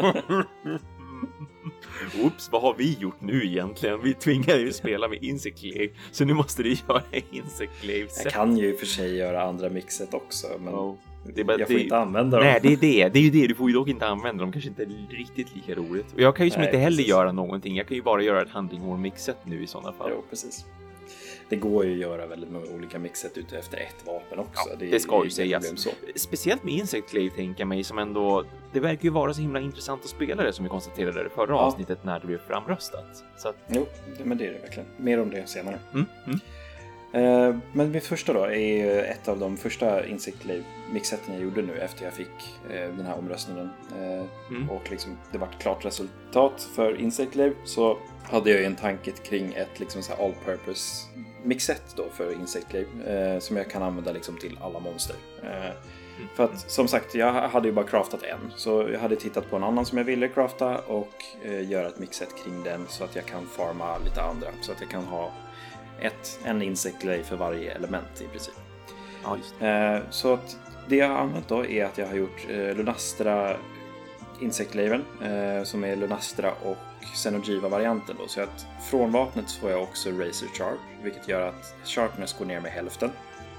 Oops, vad har vi gjort nu egentligen? Vi tvingar ju spela med Insect Glaive. Så nu måste du göra Insect Glaive. Jag kan ju i och för sig göra andra mixet också. Men oh. det är bara, jag får det, inte använda dem. Nej, det är det. Det är ju det. Du får ju dock inte använda dem. Kanske inte riktigt lika roligt. Och jag kan ju som nej, inte heller precis. göra någonting. Jag kan ju bara göra ett handlinghorn-mixet nu i sådana fall. Jo, precis. Det går ju att göra väldigt många olika mixet ute efter ett vapen också. Ja, det, det ska ju sägas. Så. Speciellt med Insect Glaive tänker jag mig som ändå... Det verkar ju vara så himla intressant att spela det som vi konstaterade i det förra ja. avsnittet när det blev framröstat. Så att... Jo, men det är det verkligen. Mer om det senare. Mm, mm. Uh, men mitt första då är ett av de första Insect Glaive mixetten jag gjorde nu efter jag fick uh, den här omröstningen. Uh, mm. Och liksom det var ett klart resultat för Insect Glaive. Så hade jag ju en tanke kring ett liksom så här all-purpose mixet då för Insect Glaive uh, som jag kan använda liksom till alla monster. Uh, mm. För att som sagt, jag hade ju bara craftat en. Så jag hade tittat på en annan som jag ville crafta och uh, göra ett mixet kring den så att jag kan farma lite andra. Så att jag kan ha Ett, en Insect Glaive för varje element i princip. Ja, just det. Eh, så att det jag har använt då är att jag har gjort eh, Lunastra Insect Glaiven eh, som är Lunastra och Xenogiva-varianten då. Så att från vapnet så får jag också Razor Sharp, vilket gör att Sharpness går ner med hälften.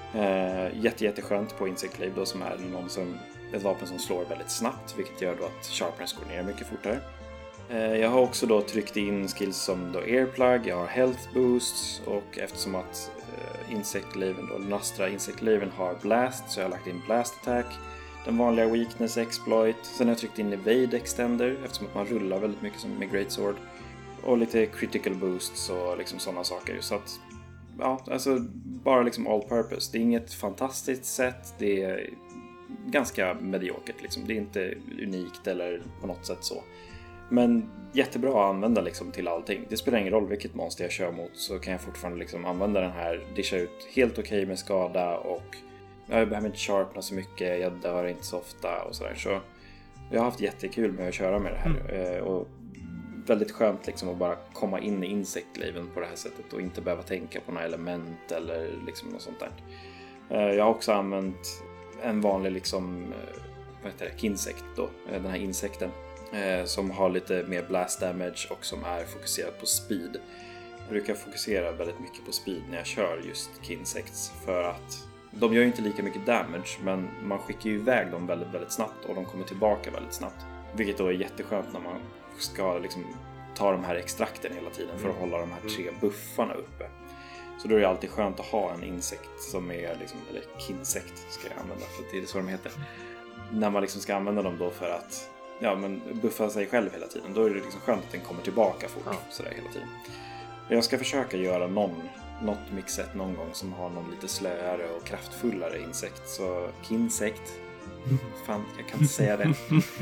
Eh, jätte, jätteskönt på Insect Glaive då, som är någon som, ett vapen som slår väldigt snabbt, vilket gör då att Sharpness går ner mycket fortare. Jag har också då tryckt in skills som då Earplug, jag har Health Boosts och eftersom att uh, Insect Glaiven då, Lunastra Insect Glaiven har Blast så jag har lagt in Blast Attack, den vanliga Weakness Exploit, sen har jag tryckt in Evade Extender eftersom att man rullar väldigt mycket som med Greatsword och lite Critical Boosts och liksom sådana saker. Så att, ja, alltså bara liksom all purpose. Det är inget fantastiskt sätt, det är ganska mediokert liksom. Det är inte unikt eller på något sätt så. Men jättebra att använda liksom till allting. Det spelar ingen roll vilket monster jag kör mot så kan jag fortfarande liksom använda den här, discha ut helt okej okay med skada och jag behöver inte sharpna så mycket, jag dör inte så ofta och sådär. Så jag har haft jättekul med att köra med det här mm. och väldigt skönt liksom att bara komma in i Insect Glaiven på det här sättet och inte behöva tänka på några element eller liksom något sånt där. Jag har också använt en vanlig liksom, vad heter det, Kinsect då, den här insekten. Eh, som har lite mer blast damage och som är fokuserad på speed. Jag brukar fokusera väldigt mycket på speed när jag kör just Kinsects för att de gör ju inte lika mycket damage men man skickar ju iväg dem väldigt, väldigt snabbt och de kommer tillbaka väldigt snabbt. Vilket då är jätteskönt när man ska liksom ta de här extrakten hela tiden för att hålla de här tre buffarna uppe. Så då är det alltid skönt att ha en insekt som är liksom, eller Kinsect ska jag använda för det är så de heter. När man liksom ska använda dem då för att ja, men buffa sig själv hela tiden. Då är det liksom skönt att den kommer tillbaka fort ja. sådär hela tiden. Jag ska försöka göra någon, något mixet någon gång som har någon lite slöare och kraftfullare insekt. Så Kinsect. Fan, jag kan inte säga det.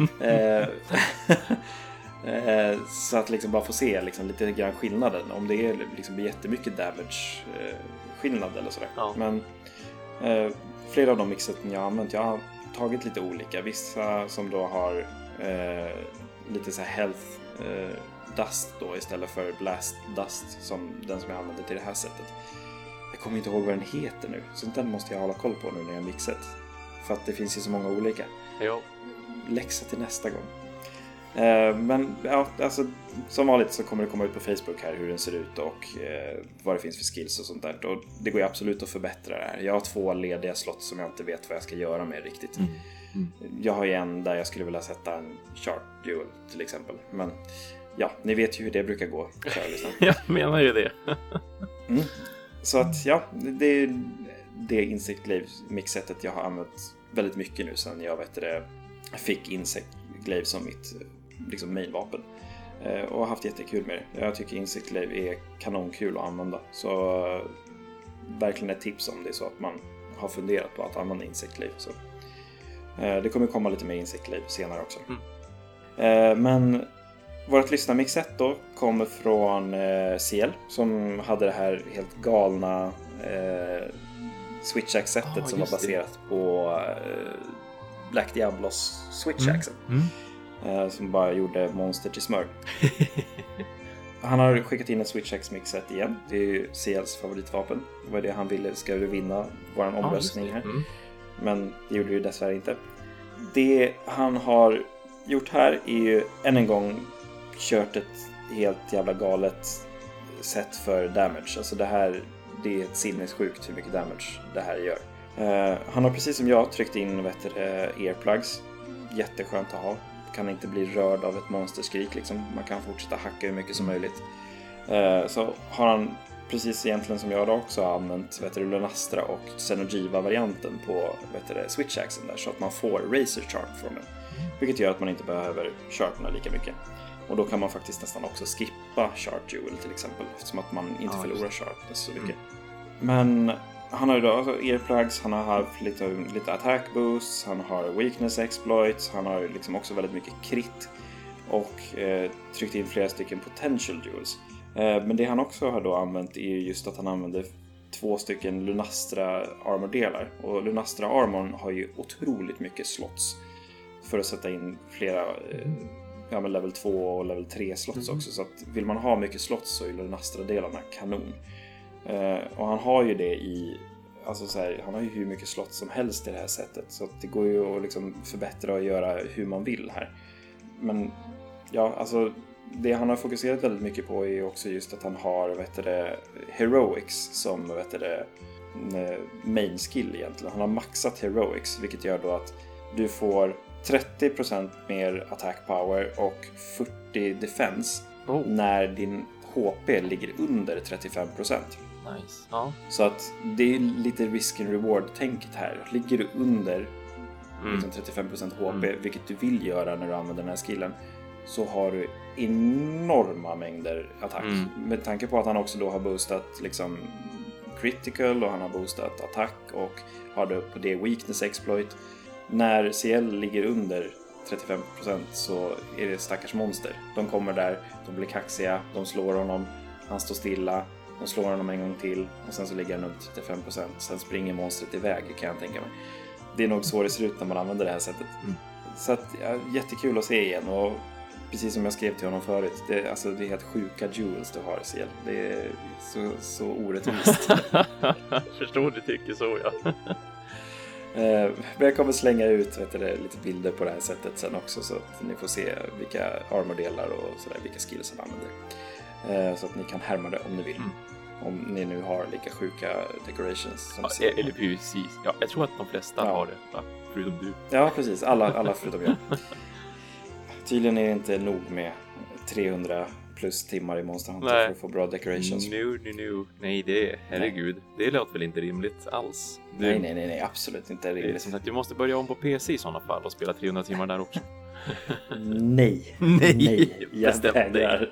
eh, så att liksom bara få se liksom lite grann skillnaden. Om det är liksom jättemycket damage eh, skillnad eller sådär. Ja. Men eh, flera av de mixeten jag har använt, jag har tagit lite olika. Vissa som då har Eh, lite så här health eh, Dust då istället för Blast Dust som den som jag använder till det här sättet. Jag kommer inte ihåg vad den heter nu. Så den måste jag hålla koll på nu när jag mixat. För att det finns ju så många olika. Jo. Läxa till nästa gång. Eh, men ja, alltså som vanligt så kommer det komma ut på Facebook här hur den ser ut och eh, vad det finns för skills och sånt där. Och det går ju absolut att förbättra det här. Jag har två lediga slott som jag inte vet vad jag ska göra med riktigt. Mm. Mm. Jag har ju en där jag skulle vilja sätta en chart duel till exempel. Men ja, ni vet ju hur det brukar gå. Jag menar ju det. mm. Så att ja, det är det Insect Glaive mixsättet jag har använt väldigt mycket nu sen jag vet det, fick Insect Glaive som mitt liksom mainvapen. Eh, och har haft jättekul med det. Jag tycker Insect Glaive är kanonkul att använda. Så eh, verkligen ett tips om det är så att man har funderat på att använda Insect Glaive. Så, eh, det kommer komma lite mer Insect Glaive senare också. Mm. Eh, men vårt lyssnarmixet då kommer från eh, C L som hade det här helt galna eh, Switch-axetet oh, som var baserat det. på eh, Black Diablos Switch-axen. Mm. Mm. Eh, som bara gjorde monster till smör. Han har skickat in ett Switch-ax-mixet igen. Det är ju C L:s favoritvapen. Det var det han ville ska du vinna vår omröstning här. Mm. Men det gjorde du dessvärre inte. Det han har gjort här är ju än en gång kört ett helt jävla galet sätt för damage. Alltså det här, det är ett sinnessjukt hur mycket damage det här gör. Uh, han har precis som jag tryckt in vet du, earplugs. Jätteskönt att ha. Kan inte bli rörd av ett monsterskrik liksom. Man kan fortsätta hacka hur mycket som möjligt. Uh, så har han precis egentligen som jag också har använt vet du, Lunastra och Xenogiva-varianten på vet du, Switch-axen där. Så att man får Razor Sharp från den. Vilket gör att man inte behöver sharpna lika mycket. Och då kan man faktiskt nästan också skippa Sharp Jewel till exempel. Eftersom att man inte ja, förlorar sharpness så mycket. Mm. Men han har ju då alltså earplugs, han har haft lite, lite attack boosts, han har weakness exploits, han har liksom också väldigt mycket crit. Och eh, tryckt in flera stycken potential jewels. Eh, men det han också har då använt är just att han använder två stycken Lunastra armor-delar. Och Lunastra armorn har ju otroligt mycket slots. För att sätta in flera eh, ja, men level två och level tre slots mm. också. Så att vill man ha mycket slots så är Lunastra-delarna kanon. Eh, och han har ju det i... Alltså så här, han har ju hur mycket slots som helst i det här sättet. Så att det går ju att liksom förbättra och göra hur man vill här. Men ja, alltså... Det han har fokuserat väldigt mycket på är också just att han har vet det, Heroics som vet det, main skill egentligen. Han har maxat Heroics vilket gör då att du får trettio procent mer attack power och fyrtio defense oh. när din H P ligger under trettiofem procent. Nice. Ja. Så att det är lite risk and reward-tänket här. Ligger du under mm. liksom trettiofem procent H P, mm. vilket du vill göra när du använder den här skillen, så har du enorma mängder attack. Mm. Med tanke på att han också då har boostat liksom critical och han har boostat attack och har det på det weakness exploit. När C L ligger under trettiofem procent så är det stackars monster. De kommer där, de blir kaxiga, de slår honom, han står stilla, de slår honom en gång till och sen så ligger han under trettiofem procent. Sen springer monstret iväg kan jag tänka mig. Det är nog så det ser ut när man använder det här sättet. Mm. Så att, ja, jättekul att se igen och precis som jag skrev till honom förut, det, alltså, det är helt sjuka jewels du har, C L. Det är så, så orättvist. Förstår du tycker så, ja. eh, men jag kommer slänga ut vet du, lite bilder på det här sättet sen också så att ni får se vilka armordelar och sådär, vilka skills han använder. Eh, så att ni kan härma det om ni vill. Mm. Om ni nu har lika sjuka decorations som ja, C L. Eller precis. Ja, jag tror att de flesta ja. har det, va? Förutom du. Ja, precis. Alla, alla förutom jag. Tydligen är det inte nog med trehundra plus timmar i Monster Hunter Nej. för att få bra decorations. No, no, no. Nej, det är, herregud. Nej. Det låter väl inte rimligt alls. Du, nej, nej, nej, nej, absolut inte rimligt. Det är som sagt, du måste börja om på P C i sådana fall och spela trehundra timmar där också. nej. Nej, nej. Jag vägrar.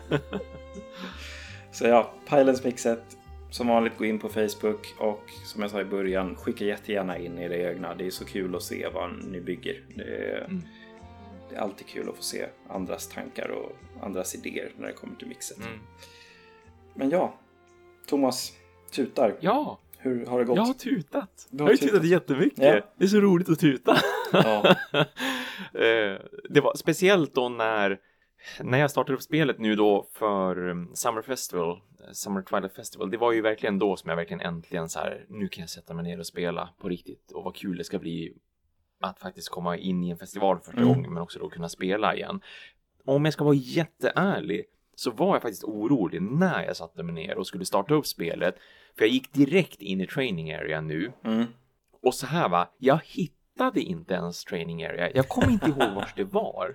Så ja, Pylons Mixet. Som vanligt gå in på Facebook och som jag sa i början, skicka jättegärna in era egna. Det är så kul att se vad ni bygger. Det är, mm. det är alltid kul att få se andras tankar och andras idéer när det kommer till mixet. Mm. Men ja, Thomas tutar. Ja. Hur har det gått? Jag har tutat. Jag har tutat, tutat jättemycket. Ja. Det är så roligt att tuta. Ja. Det var speciellt då när när jag startade upp spelet nu då för Summer Festival, Summer Twilight Festival, det var ju verkligen då som jag verkligen äntligen så här, nu kan jag sätta mig ner och spela på riktigt. Och vad kul det ska bli att faktiskt komma in i en festival första mm. gången, men också då kunna spela igen. Om jag ska vara jätteärlig så var jag faktiskt orolig när jag satte mig ner och skulle starta upp spelet. För jag gick direkt in i training area nu. Mm. Och så här va, jag hittade inte ens training area. Jag kommer inte ihåg vart det var.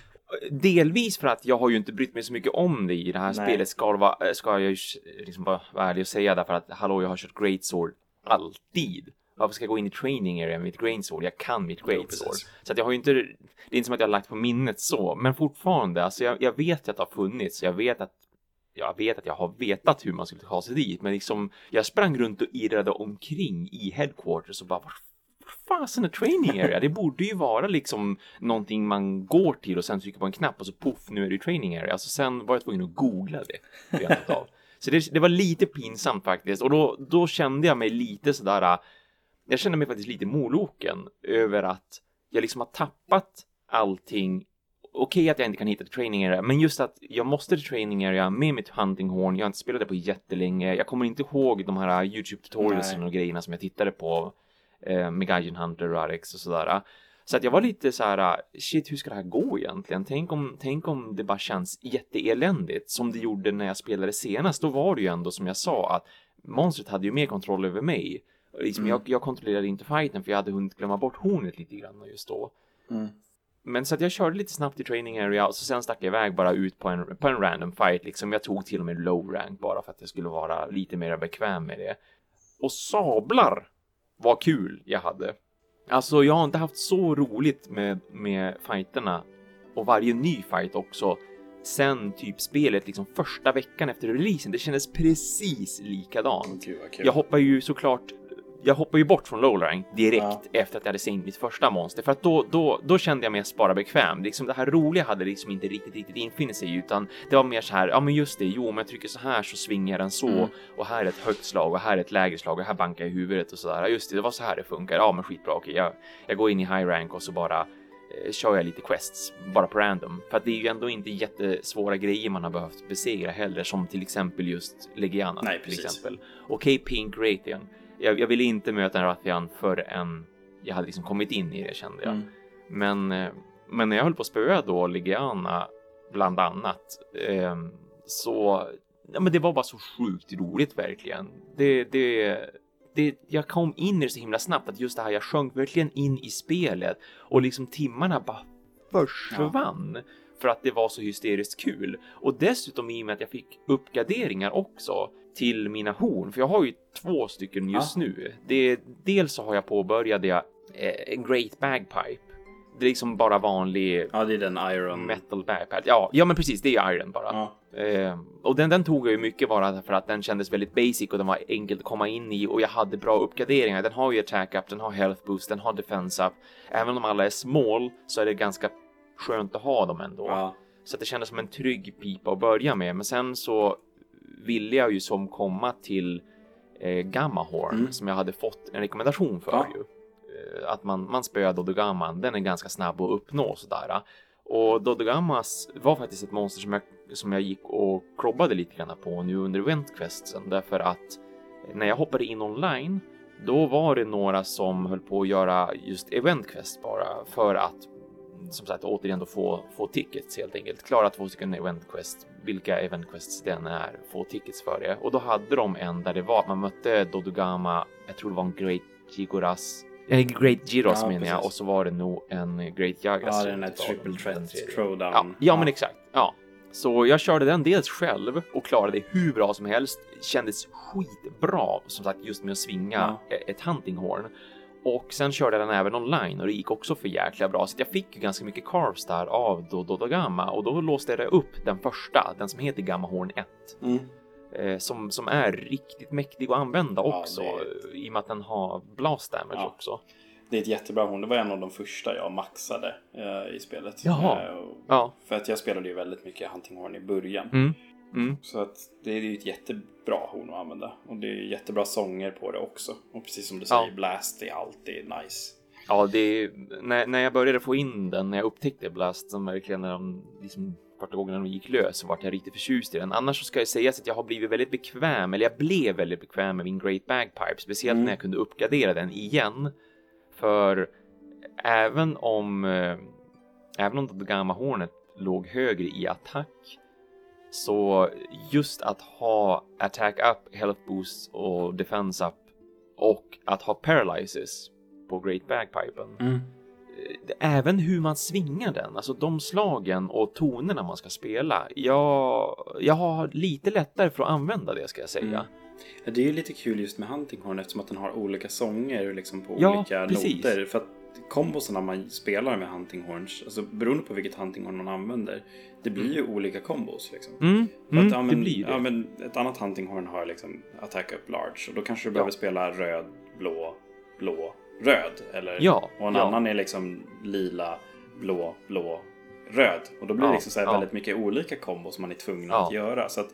Delvis för att jag har ju inte brytt mig så mycket om det i det här Nej. spelet. Ska, vara, ska jag ju liksom vara ärlig och säga därför att hallå, jag har kört Great Sword alltid. Varför ska jag gå in i training area med mitt Great Sword? Jag kan mitt Great Sword. Så att jag har ju inte, det är inte som att jag har lagt på minnet så. Men fortfarande, alltså jag, jag vet att det har funnits. Jag vet att jag vet att jag har vetat hur man skulle ta sig dit. Men liksom, jag sprang runt och irrade omkring i headquarters och bara, var fasen är training area? Det borde ju vara liksom någonting man går till och sen trycker på en knapp och så puff, nu är det training area. Alltså sen var jag tvungen att googla det. Så det, det var lite pinsamt faktiskt. Och då, då kände jag mig lite sådär, jag kände mig faktiskt lite moloken över att jag liksom har tappat allting. Okej att jag inte kan hitta training area, men just att jag måste till training area med mitt hunting horn. Jag har inte spelat det på jättelänge. Jag kommer inte ihåg de här YouTube-tutorialsen och grejerna som jag tittade på eh, med Gaijin Hunter och Arex och sådär. Så att jag var lite så här, shit, hur ska det här gå egentligen? Tänk om, tänk om det bara känns jätteeländigt som det gjorde när jag spelade senast. Då var det ju ändå som jag sa att monstret hade ju mer kontroll över mig. Liksom mm. jag, jag kontrollerade inte fighten för jag hade hunnit glömma bort hornet lite grann just då. Mm. Men så att jag körde lite snabbt i training area och så sen stack jag iväg bara ut på en, på en random fight. Liksom jag tog till och med low rank bara för att jag skulle vara lite mer bekväm med det. Och sablar var kul jag hade. Alltså jag har inte haft så roligt med, med fighterna och varje ny fight också sen typ spelet liksom första veckan efter releasen. Det kändes precis likadant. Gud, jag hoppar ju såklart jag hoppar ju bort från low rank direkt ja. efter att jag hade sänkt mitt första monster. För att då, då, då kände jag mig spara bekväm. Liksom det här roliga hade liksom inte riktigt, riktigt infinit sig. Utan det var mer så här, ja men just det, jo om jag trycker så här så svingar den så. Mm. Och här är ett högt slag och här är ett lägre slag och här bankar jag i huvudet och sådär. Just det, det var så här det funkar. Ja men skitbra, okej. Jag, jag går in i high rank och så bara eh, kör jag lite quests. Bara på random. För att det är ju ändå inte jättesvåra grejer man har behövt besegra heller. Som till exempel just Legiana. Nej, till exempel. Okej, Pink Raytheon. Jag, jag ville inte möta en Rathian förrän jag hade liksom kommit in i det, kände jag. Mm. Men, men när jag höll på att spöa då Legiana bland annat eh, så ja, men det var bara så sjukt roligt verkligen. Det, det, det, jag kom in i det så himla snabbt att just det här, jag sjönk verkligen in i spelet och liksom timmarna bara försvann. Ja. För att det var så hysteriskt kul. Och dessutom i och med att jag fick uppgraderingar också till mina horn. För jag har ju två stycken just ah. nu. Det, dels så har jag påbörjat jag, eh, en Great Bagpipe. Det är liksom bara vanlig... Ja, det är den Iron. Metal Bagpipe. Ja, ja men precis, det är Iron bara. Ah. Eh, och den, den tog jag ju mycket bara för att den kändes väldigt basic och den var enkelt att komma in i. Och jag hade bra uppgraderingar. Den har ju attack up, den har health boost, den har defense up. Även om alla är small så är det ganska skönt att ha dem ändå. Ja. Så att det kändes som en trygg pipa att börja med. Men sen så ville jag ju som komma till eh, Gamma Horn mm. som jag hade fått en rekommendation för ja. ju. Eh, att man, man spöar Dodogamman. Den är ganska snabb att uppnå sådär. Och Dodogammas var faktiskt ett monster som jag, som jag gick och klobbade lite grann på nu under eventquestsen. Därför att när jag hoppade in online då var det några som höll på att göra just eventquest bara för att som sagt återigen då få, få tickets helt enkelt. Klara två stycken eventquest. Vilka eventquests den är. Få tickets för det. Och då hade de en där det var att man mötte Dodogama. Jag tror det var en Great Gigoras. En Great Giros ja, menar jag. Och så var det nog en Great Jagas. Ja, den är triple threat throwdown. Ja, ja, men exakt. Ja. Så jag körde den dels själv och klarade det hur bra som helst. Kändes skitbra som sagt just med att svinga ja. ett hunting horn. Och sen körde den även online och det gick också för jäkla bra. Så jag fick ju ganska mycket carves där av Dodogama. Och då låste jag upp den första, den som heter Gamma Horn ett. Mm. Eh, som, som är riktigt mäktig att använda också. Ja, det... I och med att den har blast damage ja. också. Det är ett jättebra horn. Det var en av de första jag maxade eh, i spelet. Jaha. Eh, ja. För att jag spelade ju väldigt mycket hunting horn i början. Mm. Mm. Så att det är ju ett jättebra horn att använda. Och det är jättebra sånger på det också. Och precis som du säger, ja. Blast är alltid nice. Ja, det är, när, när jag började få in den, när jag upptäckte Blast som verkligen när de liksom första gången de gick lös så var jag riktigt förtjust i den. Annars så ska jag säga att jag har blivit väldigt bekväm, eller jag blev väldigt bekväm med min Great Bagpipe, speciellt mm. när jag kunde uppgradera den igen. För även om eh, även om det gamla hornet låg högre i attack, så just att ha attack up, health boost och defense up och att ha paralysis på Great Bagpipen. Mm. Även hur man svingar den, alltså de slagen och tonerna man ska spela. Jag, jag har lite lättare för att använda det, ska jag säga. Mm. Ja, det är ju lite kul just med Hunting Horn eftersom att den har olika sånger liksom på ja, olika precis. noter. För att kombosarna man spelar med Hunting Horns, alltså beroende på vilket Hunting Horn man använder, det blir ju mm. olika kombos liksom. Mm. För att, mm, ja, men, det blir det. Ja, men ett annat Hunting Horn har liksom attack up large, och då kanske du behöver ja. spela röd, blå, blå, röd, eller ja, och en ja. annan är liksom lila, blå, blå, röd, och då blir det ja, liksom så här ja. väldigt mycket olika kombos man är tvungna ja. att göra, så att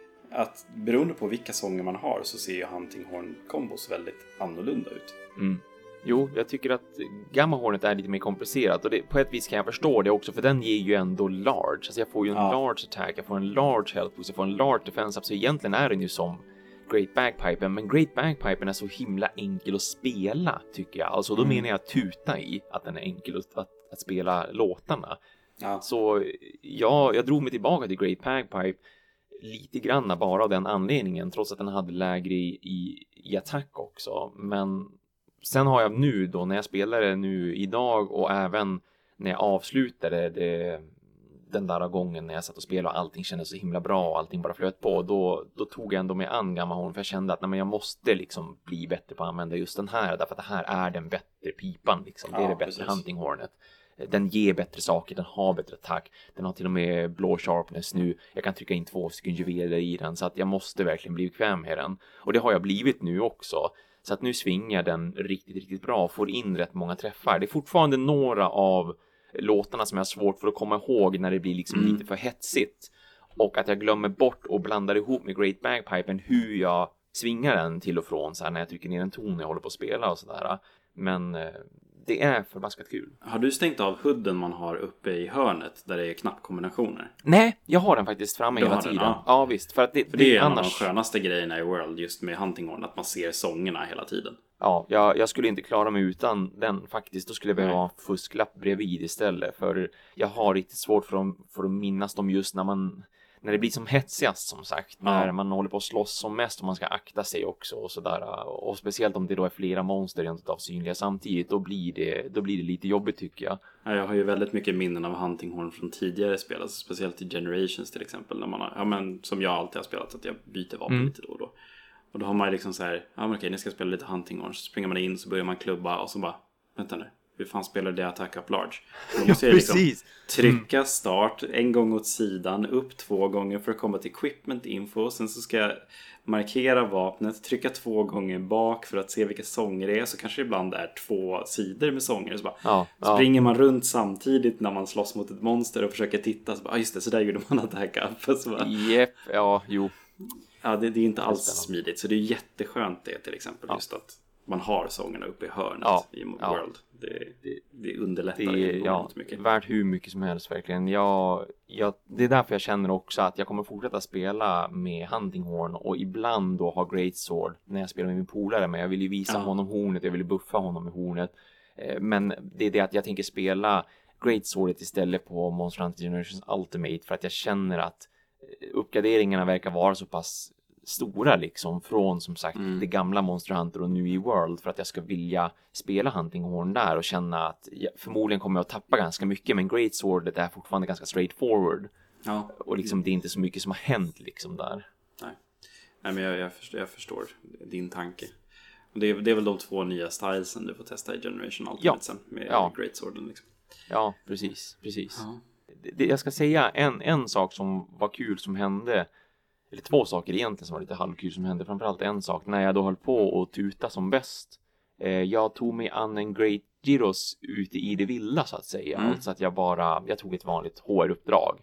att beroende på vilka sånger man har så ser ju Hunting Horn kombos väldigt annorlunda ut. Mm. Jo, jag tycker att Gamma Hornet är lite mer komplicerat, och det, på ett vis kan jag förstå det också, för den ger ju ändå large. Alltså jag får ju en ja. large attack, jag får en large health boost, jag får en large defense up, så egentligen är den ju som Great Bagpipen, men Great Bagpipen är så himla enkel att spela, tycker jag. Alltså då mm. menar jag tuta i att den är enkel att, att, att spela låtarna. Ja. Så ja, jag drog mig tillbaka till Great Bagpipe lite granna bara av den anledningen, trots att den hade lägre i, i, i attack också. Men sen har jag nu då, när jag spelar det nu idag och även när jag avslutade det, den där gången när jag satt och spelade och allting kändes så himla bra och allting bara flöt på, då, då tog jag ändå med an Gamma Horn, för jag kände att nej, men jag måste liksom bli bättre på att använda just den här, därför att det här är den bättre pipan liksom. Det är ja, det bättre precis. Hunting Hornet. Den ger bättre saker, den har bättre attack, den har till och med blå sharpness nu. Jag kan trycka in två stycken juveler i den, så att jag måste verkligen bli bekväm med den. Och det har jag blivit nu också. Så att nu svingar den riktigt, riktigt bra och får in rätt många träffar. Det är fortfarande några av låtarna som jag har svårt för att komma ihåg när det blir liksom mm. lite för hetsigt. Och att jag glömmer bort och blandar ihop med Great Bagpipen hur jag svingar den till och från så här, när jag trycker ner en ton när jag håller på att spela och sådär. Men det är förbaskat kul. Har du stängt av hooden man har uppe i hörnet där det är knappkombinationer? Nej, jag har den faktiskt framme du hela tiden. Den, ja. ja, visst. För, att det, för det, det är annars... en av de skönaste grejerna i World just med Hunting Horn, att man ser sångerna hela tiden. Ja, jag, jag skulle inte klara mig utan den faktiskt. Då skulle jag behöva ha en fusklapp bredvid istället. För jag har riktigt svårt för, dem, för att minnas dem just när man... När det blir som hetsigast, som sagt. Ja. När man håller på att slåss som mest och man ska akta sig också och sådär. Och speciellt om det då är flera monster rent av synliga samtidigt. Då blir, det, då blir det lite jobbigt, tycker jag. Ja, jag har ju väldigt mycket minnen av Hunting Horn från tidigare spel. Alltså speciellt i Generations till exempel. När man har, ja, men, som jag alltid har spelat, att jag byter vapen mm. lite då och då. Och då har man ju liksom så här, ja men okej, ni ska spela lite Hunting Horn. Så springer man in, så börjar man klubba och så bara, vänta nu. Hur fan spelar det attack up large? Då måste jag liksom trycka start en gång åt sidan, upp två gånger för att komma till equipment info. Sen så ska jag markera vapnet, trycka två gånger bak för att se vilka sånger det är. Så kanske ibland är två sidor med sånger. Så bara ja, springer ja. man runt samtidigt när man slåss mot ett monster och försöker titta. Så bara, ah, just det, så där gjorde man attack up. Så bara, Jepp, ja, jo. Ja, det, det är inte alls smidigt. Så det är jätteskönt det till exempel, ja. Just att man har sångerna uppe i hörnet ja, i World. Ja. Det, det, det underlättar det, ja, mycket. Värt hur mycket som helst verkligen. Jag, jag, det är därför jag känner också att jag kommer fortsätta spela med Hunting Horn och ibland då ha Great Sword när jag spelar med min polare. Men jag vill ju visa ja. honom hornet, jag vill buffa honom med hornet. Men det är det att jag tänker spela Great Swordet istället på Monster Hunter Generations Ultimate, för att jag känner att uppgraderingarna verkar vara så pass stora liksom från som sagt mm. det gamla Monster Hunter och nu i World, för att jag ska vilja spela Hunting Horn där och känna att jag förmodligen kommer jag att tappa ganska mycket, men Great Swordet är fortfarande ganska straightforward. Ja. Och liksom det är inte så mycket som har hänt liksom där. Nej, Nej men jag, jag, förstår, jag förstår din tanke. Och det, är, det är väl de två nya stylesen du får testa i Generation Ultimate ja. sen med ja. Great Sworden liksom. Ja, precis, precis. Ja. Det, det, jag ska säga en, en sak som var kul som hände, eller två saker egentligen som var lite halvkul som hände. Framförallt en sak när jag då höll på att tuta som bäst. Eh, jag tog mig an en Great Gyros ute i det vilda så att säga. Mm. Alltså att jag bara, jag tog ett vanligt H R-uppdrag.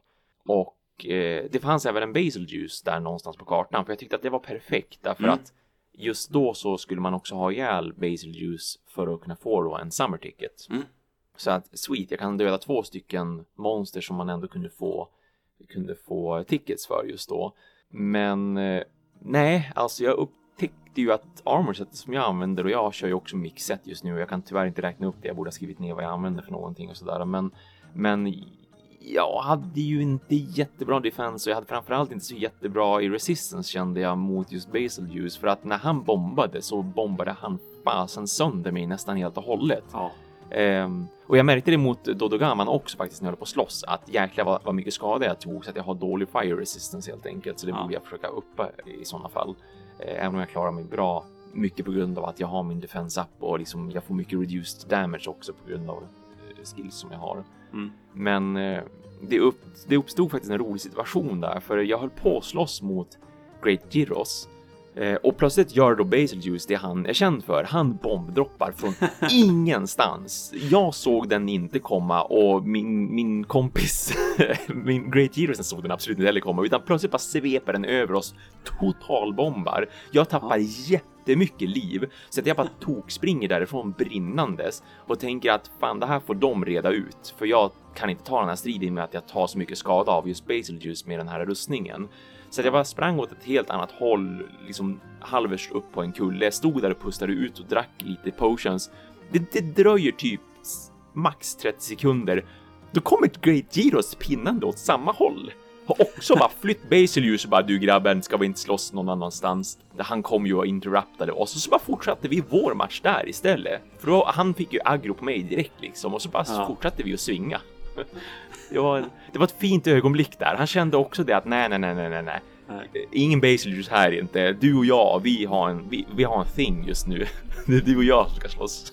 Och eh, det fanns även en Basil Juice där någonstans på kartan. För jag tyckte att det var perfekt. Därför mm. att just då så skulle man också ha ihjäl Basil Juice för att kunna få då en Summer Ticket. Mm. Så att sweet, jag kan döda två stycken monster som man ändå kunde få kunde få tickets för just då. Men eh, nej, alltså jag upptäckte ju att armorsetet som jag använder, och jag kör ju också mixet just nu och jag kan tyvärr inte räkna upp det, jag borde ha skrivit ner vad jag använder för någonting och sådär, men, men jag hade ju inte jättebra defense och jag hade framförallt inte så jättebra i resistance, kände jag, mot just Betelgeuse, för att när han bombade så bombade han fasen sönder mig nästan helt och hållet. Ja. Um, och jag märkte det mot Dodogaman också faktiskt när jag höll på att slåss, att jäklar vad, vad mycket skada jag tog, så att jag har dålig fire resistance helt enkelt, så det ja. borde jag försöka uppa i sådana fall. Uh, även om jag klarar mig bra, mycket på grund av att jag har min defense up och liksom jag får mycket reduced damage också på grund av uh, skills som jag har. Mm. Men uh, det, upp, det uppstod faktiskt en rolig situation där, för jag höll på att slåss mot Great Gyros. Eh, och plötsligt gör då Betelgeuse det han är känd för. Han bombdroppar från ingenstans. Jag såg den inte komma och min, min kompis, min Great Gyros såg den absolut inte heller komma. Utan plötsligt bara sveper den över oss, totalbombar. Jag tappar ja. jättemycket liv. Så att jag bara tog springer därifrån brinnandes och tänker att fan, det här får de reda ut. För jag kan inte ta den här striden med att jag tar så mycket skada av just Betelgeuse med den här rustningen. Så att jag bara sprang åt ett helt annat håll, liksom halvers upp på en kulle. Stod där och pustade ut och drack lite potions. Det, det dröjer typ max trettio sekunder. Då kommer Great Gyros pinnande åt samma håll. Och också bara flytt Betelgeuse och bara, du grabben, ska vi inte slåss någon annanstans? Han kom ju och interruptade oss. Och så bara fortsatte vi vår match där istället. För då, han fick ju aggro på mig direkt liksom. Och så bara ja. fortsatte vi att svinga. Det var, det var ett fint ögonblick där. Han kände också det att nej, nej, nej, nej, nej. nej. Ingen Betelgeuse här inte. Du och jag, vi har en, vi, vi har en thing just nu. Det är du och jag som ska slåss.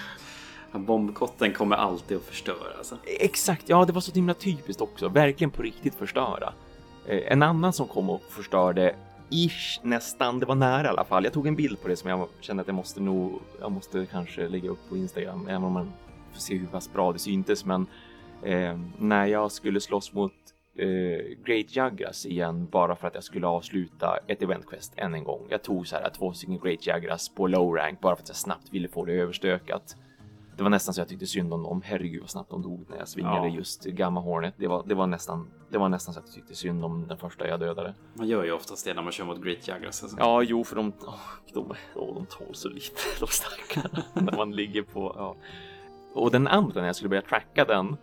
Bombkotten kommer alltid att förstöra. Alltså. Exakt, ja, det var så himla typiskt också. Verkligen på riktigt förstöra. En annan som kom och förstörde ish nästan, det var nära i alla fall. Jag tog en bild på det som jag kände att jag måste nog, jag måste kanske lägga upp på Instagram. Även om man får se hur pass bra det syntes, men Eh, när jag skulle slåss mot eh, Great Jagras igen, bara för att jag skulle avsluta ett event quest än en gång. Jag tog så här två stycken Great Jagras på low rank bara för att jag snabbt ville få det överstökat. Det var nästan så jag tyckte synd om dem. Herregud vad snabbt de dog när jag svingade ja. just Gamma Hornet. Det var, det var nästan det var nästan så att jag tyckte synd om den första jag dödade. Man gör ju oftast det när man kör mot Great Jagras. Alltså. Ja, jo, för de, oh, de, oh, de tål så lite, de stackarna, när man ligger på... Ja. Och den andra, när jag skulle börja tracka den,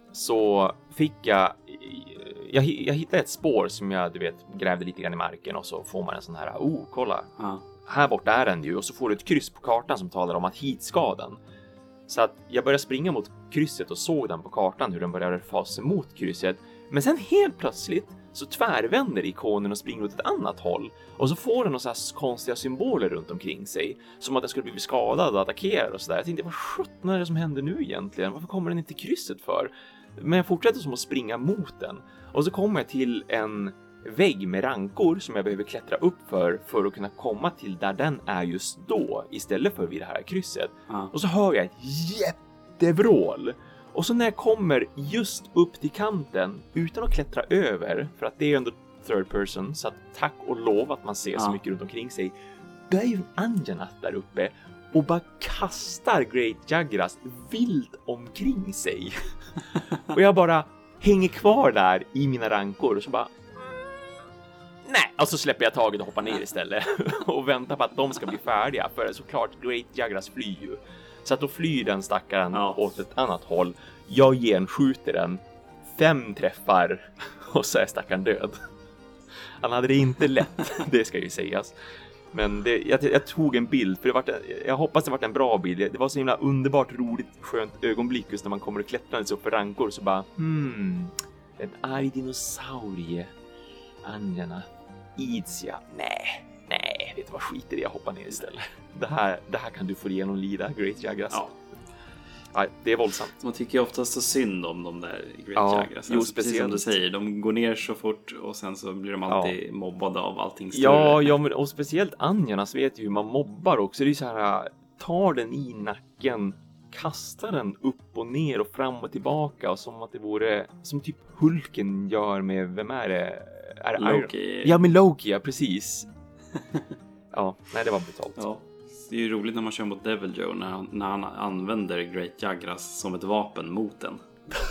så fick jag, jag jag hittade ett spår som jag, du vet, grävde lite grann i marken, och så får man en sån här, oh, kolla, ja. här borta är den ju, och så får du ett kryss på kartan som talar om att hit ska den. Så att jag började springa mot krysset och såg den på kartan hur den började fasa mot krysset, men sen helt plötsligt så tvärvänder ikonen och springer åt ett annat håll, och så får den några så här konstiga symboler runt omkring sig, som att den skulle bli skadad och attackerad och sådär. Jag tänkte, vad sjutton är det som händer nu egentligen? Varför kommer den inte till krysset för? Men jag fortsätter som att springa mot den, och så kommer jag till en vägg med rankor som jag behöver klättra upp för för att kunna komma till där den är just då, istället för vid det här krysset. Mm. Och så hör jag ett jättevrål. Och så när jag kommer just upp till kanten utan att klättra över, för att det är ändå third person, så att tack och lov att man ser ja. så mycket runt omkring sig, då är ju en Anjanath där uppe och bara kastar Great Jagras vilt omkring sig. Och jag bara hänger kvar där i mina rankor och så bara nej, och så släpper jag taget och hoppar ner istället och väntar på att de ska bli färdiga, för såklart Great Jagras flyr ju. Så att då flyr den stackaren ja. åt ett annat håll. Jag genskjuter den, fem träffar, och så är stackaren död. Han hade det inte lätt, det ska ju sägas. Men det, jag, jag tog en bild, för det var, jag hoppas det var en bra bild. Det var så himla underbart, roligt, skönt ögonblick just när man kommer och klättrar sig upp för rankor. Så bara, hmm, en arg dinosaurie, Anjanath, Idzia, nej. Nej, vet du vad, skit i det, jag hoppar ner istället. Det här, det här kan du få genomlida, Great Jagras. Ja. Ja, det är våldsamt. Man tycker ju oftast så synd om de där Great ja, Jagras. Alltså, jo, precis som du säger, de går ner så fort och sen så blir de alltid ja. mobbade av allting större. Ja, ja, men, och speciellt Anjanath vet ju hur man mobbar också. Det är ju så här, tar den i nacken, kastar den upp och ner och fram och tillbaka, och som att det vore som typ Hulken gör med, vem är det? Är det Loki? Iron? Ja, med Loki, ja, precis. Ja, nej, det var brutalt. Ja. Det är ju roligt när man kör mot Devil Joe, när han, när han använder Great Jagras som ett vapen mot den.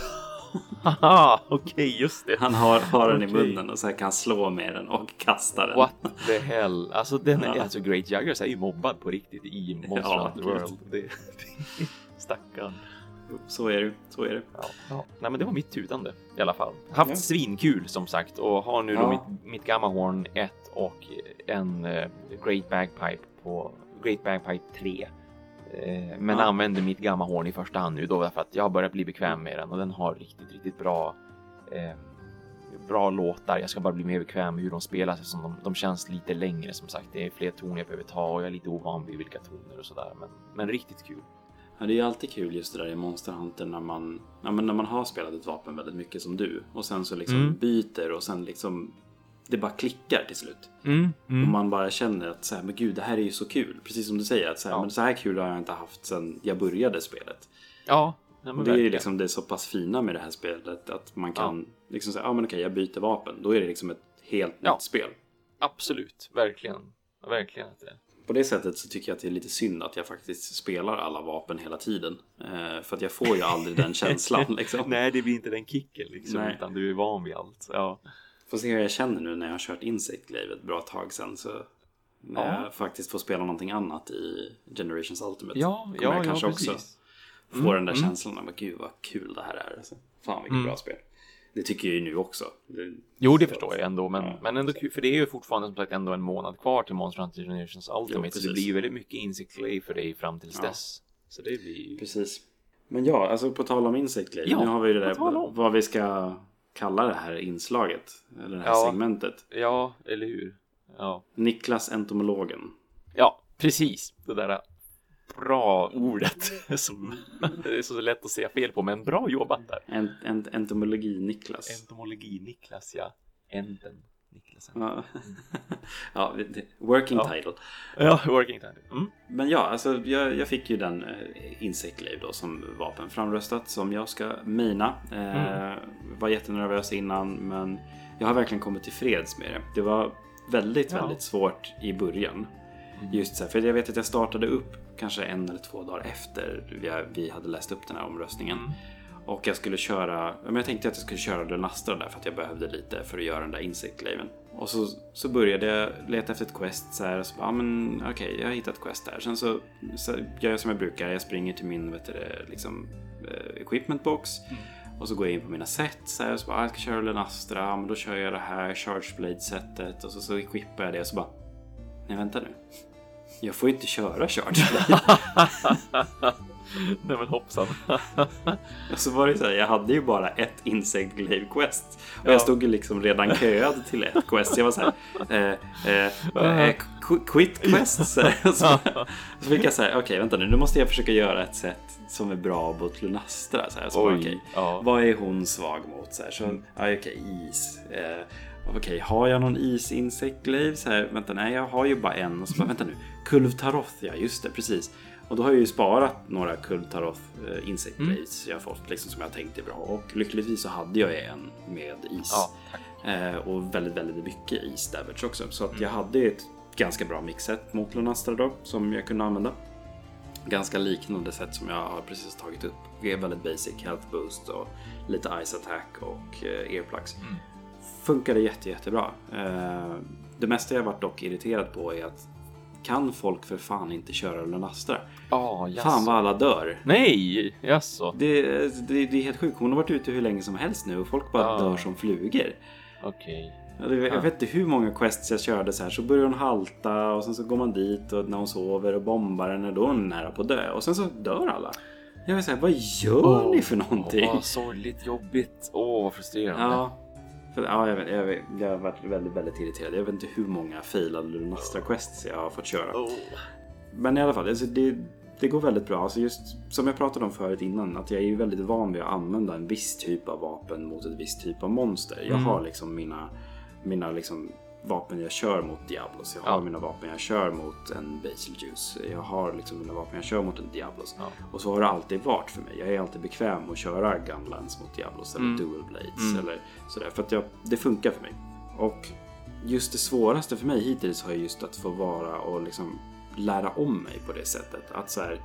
Haha, okej, okay, just det. Han har, har den okay. i munnen och så här kan slå med den och kasta den. What the hell? Alltså, den är, ja. alltså Great Jaggers är ju mobbad på riktigt i Monster ja, Hunter World. Det, det, stackarn. Så är det, så är det. Ja, ja. Nej, men det var mitt tutande i alla fall. Haft ja. svinkul som sagt och har nu ja. då mitt, mitt gamma horn ett och en uh, Great Bagpipe på Great Bagpipe tre. Uh, men ja. använder mitt gamma horn i första hand nu då därför att jag har börjat bli bekväm med den och den har riktigt, riktigt bra uh, bra låtar. Jag ska bara bli mer bekväm med hur de spelar sig som de, de känns lite längre som sagt. Det är fler toner jag behöver ta och jag är lite ovan vid vilka toner och sådär. Men, men riktigt kul. Ja, det är ju alltid kul just det där i Monster Hunter när man, ja, men när man har spelat ett vapen väldigt mycket som du och sen så liksom mm. byter och sen liksom det bara klickar till slut. Mm. Mm. Och man bara känner att så här, men gud, det här är ju så kul. Precis som du säger, att så här, ja. men så här kul har jag inte haft sedan jag började spelet. Ja, ja men det är ju liksom det är så pass fina med det här spelet att man kan ja. liksom säga, ja men okej, jag byter vapen. Då är det liksom ett helt ja. nytt spel. Absolut, verkligen. Verkligen inte. På det sättet så tycker jag att det är lite synd att jag faktiskt spelar alla vapen hela tiden. Eh, för att jag får ju aldrig den känslan. Liksom. Nej, det blir inte den kicken liksom, utan du är van vid allt. Ja. Får se hur jag känner nu när jag har kört Insect Glaive ett bra tag sen. Så när ja. jag faktiskt får spela någonting annat i Generations Ultimate. Ja, ja, jag kanske ja, också få mm, den där mm. känslan av att gud vad kul det här är. Alltså, fan vilket mm. bra spel. Det tycker jag ju nu också. Det, jo, det förstår jag ändå. Men, ja. men ändå kul, för det är ju fortfarande som sagt ändå en månad kvar till Monster Hunter Generations Ultimate. Jo, så det blir ju väldigt mycket Insect Glaive för dig fram tills ja. dess. Så det blir... Precis. Men ja, alltså på tal om Insect Glaive. Ja, nu har vi det där vad vi ska kalla det här inslaget. Eller det här ja. segmentet. Ja, eller hur? Ja. Niklas entomologen. Ja, precis. Det där bra ordet som det är så lätt att säga fel på, men bra jobbat där. Ent, ent, entomologi Niklas. Entomologi Niklas, ja. Enten Niklas. Ja, ja working ja. title. Ja, working title. Mm. Men ja, alltså jag, jag fick ju den uh, Insect Glaive då som vapen framröstat som jag ska mina. Uh, mm. Var jättenervös innan, men jag har verkligen kommit till freds med det. Det var väldigt, ja. väldigt svårt i början. Mm. Just så här, för jag vet att jag startade upp kanske en eller två dagar efter vi, vi hade läst upp den här omröstningen. Mm. Och jag skulle köra, men jag tänkte att jag skulle köra Lunastra där för att jag behövde lite för att göra den där Insect Glaiven. Och så, så började jag leta efter ett quest så här, och så bara, ja men okej, okay, jag har hittat ett quest där. Sen så, så gör jag som jag brukar, jag springer till min, vet du, liksom, uh, equipment box. Mm. Och så går jag in på mina set så här, och så bara, jag ska köra Lunastra, ja, men då kör jag det här Charge Blade setet och så, så equippar jag det och så bara, nej vänta nu. Jag får inte köra Charge Blade. Nej men hoppsan. Och så var det så här, jag hade ju bara ett Insect Glaive quest. Och ja. jag stod ju liksom redan köad till ett quest. Jag var så här, eh, eh, eh, quit quest. Så, här, så, så fick jag säga, okej okay, vänta nu, nu måste jag försöka göra ett sätt som är bra mot Lunastra. Så, här, så okej, okay, ja. vad är hon svag mot? Så, här, så mm. ja, okej, okay, is. Eh, okej, okay, har jag någon is Insect Glaive? Så här, vänta, nej jag har ju bara en. Och så bara, vänta nu, Kulvtaroth, ja just det, precis. Och då har jag ju sparat några Kulvtaroth uh, Insect Glaives mm. jag har fått liksom som jag tänkte bra. Och lyckligtvis så hade jag en med is. Ja, uh, och väldigt, väldigt mycket is damage också. Så att mm. jag hade ett ganska bra mixet mot Lunastra då som jag kunde använda. Ganska liknande sätt som jag har precis tagit upp. Det är väldigt basic health boost och lite ice attack och uh, earplugs. Mm. Funkade jätte, jättebra. Uh, det mesta jag varit dock irriterad på är att kan folk för fan inte köra Lunastra? Oh, yes. Fan vad alla dör. Nej, jaså. Det, det, det är helt sjukt. Hon har varit ute hur länge som helst nu och folk bara oh. dör som flugor. Okej. Okay. Jag ah. vet inte hur många quests jag körde så här. Så börjar hon halta och sen så går man dit och när hon sover och bombar henne då är hon nära på att dö. Och sen så dör alla. Jag vill säga, vad gör oh. ni för någonting? Åh, oh, sorgligt, jobbigt. Åh, oh, vad frustrerande. Ja. För, ja, jag, vet, jag, vet, jag har varit väldigt, väldigt irriterad. Jag vet inte hur många failade Lunastra quests jag har fått köra. Oh. Men i alla fall, alltså, det, det går väldigt bra. Alltså just som jag pratade om förut innan, att jag är väldigt van vid att använda en viss typ av vapen mot ett viss typ av monster. Jag mm. har liksom mina, mina liksom vapen jag kör mot Diablos. Jag har ja. mina vapen jag kör mot en Basil Juice. Jag har liksom mina vapen jag kör mot en Diablos. Ja. Och så har det alltid varit för mig. Jag är alltid bekväm med att köra Gunlance mot Diablos eller mm. Dual Blades mm. eller sådär. För att jag, det funkar för mig. Och just det svåraste för mig hittills har just att få vara och liksom lära om mig på det sättet. Att så här,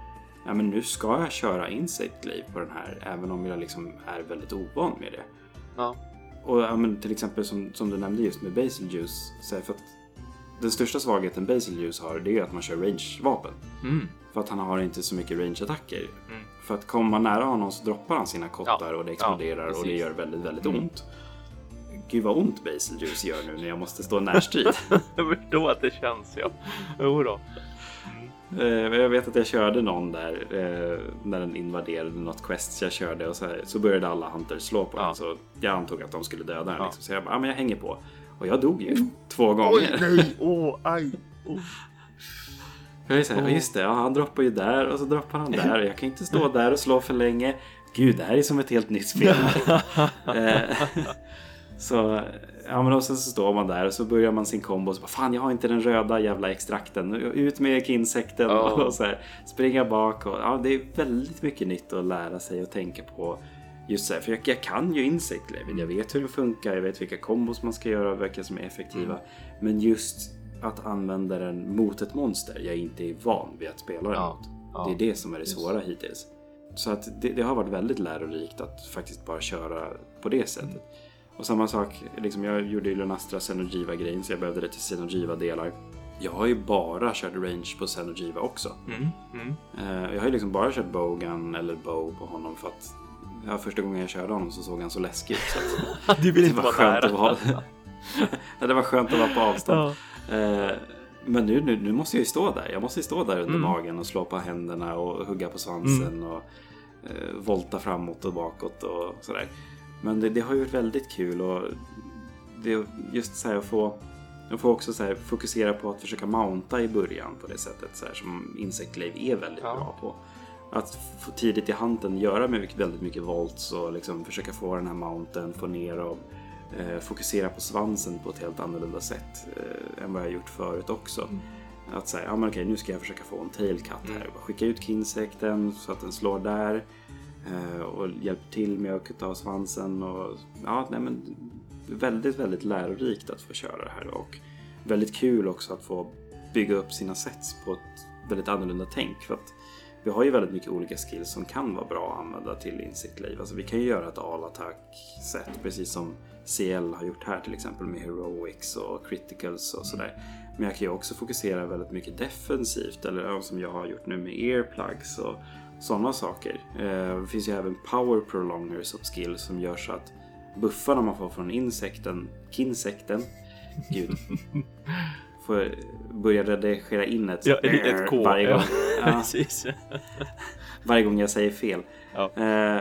ja men nu ska jag köra Insect Glaive på den här, även om jag liksom är väldigt ovan med det. Ja. Och ja, men till exempel som, som du nämnde just med Basil Juice, så för att den största svagheten Basil Juice har, det är att man kör range-vapen. Mm. För att han har inte så mycket range-attacker. Mm. För att komma nära honom så droppar han sina kottar ja. och det exploderar ja, och det gör väldigt, väldigt mm. ont. Gud vad ont Basil Juice gör nu när jag måste stå närstrid. Jag förstår att det känns, ja. Jo då. Jag vet att jag körde någon där eh, när den invaderade något quest jag körde och så, här, så började alla hunters slå på ja. den, så jag antog att de skulle döda den. Ja. Liksom. Så jag bara, ja men jag hänger på. Och jag dog ju mm. två gånger. Oj, nej, åh, aj. Oh. Jag är så här, just det, ja, han droppar ju där och så droppar han där. Och jag kan inte stå där och slå för länge. Gud, det här är som ett helt nytt spel. Så, ja men och sen så står man där och så börjar man sin kombo och så bara, fan jag har inte den röda jävla extrakten. Ut med kinsekten oh. och så här, springa bak. Och, ja, det är väldigt mycket nytt att lära sig och tänka på. Just så här, för jag, jag kan ju Insect Glaive. Jag vet hur det funkar, jag vet vilka kombos man ska göra och vilka som är effektiva. Mm. Men just att använda den mot ett monster jag inte är van vid att spela den ja. mot. Ja. Det är det som är det svåra hittills. Så att det, det har varit väldigt lärorikt att faktiskt bara köra på det sättet. Mm. Och samma sak, liksom jag gjorde ju Lunastra Xeno'jiiva-grejen, så jag behövde det till Xeno'jiiva-delar. Jag har ju bara kört range på Xeno'jiiva också. Mm. Mm. Jag har ju liksom bara kört bowgun eller bow på honom för att ja, första gången jag körde honom så såg han så läskig ut. Så att du vill inte vara skönt att vara ja, det var skönt att vara på avstånd. Ja. Men nu, nu, nu måste jag ju stå där. Jag måste ju stå där under mm. magen och slå på händerna och hugga på svansen mm. och eh, volta framåt och bakåt och sådär. Men det, det har ju varit väldigt kul och det just så här att få, att få också så här fokusera på att försöka mounta i början på det sättet så här, som Insect Glaive är väldigt ja. bra på. Att få tidigt i handen göra med väldigt mycket volts och liksom försöka få den här mounten, få ner och eh, fokusera på svansen på ett helt annorlunda sätt eh, än vad jag gjort förut också. Mm. Att säga, ja men okej, nu ska jag försöka få en tailcut här. Mm. Skicka ut kinsekten så att den slår där. Och hjälper till med att kutta av svansen och ja, nej men väldigt, väldigt lärorikt att få köra det här och väldigt kul också att få bygga upp sina sets på ett väldigt annorlunda tänk, för att vi har ju väldigt mycket olika skills som kan vara bra att använda till Insect Glaive. Alltså vi kan ju göra ett all-attack-set precis som C L har gjort här till exempel med Heroics och Criticals och sådär. Men jag kan ju också fokusera väldigt mycket defensivt, eller som jag har gjort nu med Earplugs och sådana saker. Eh, det finns ju även Power Prolonger som skill som gör så att buffarna man får från insekten, kinsekten, gud, får börja redigera in ett, ja, ett K varje gång. Ja, precis. Varje gång jag säger fel. Ja. Eh,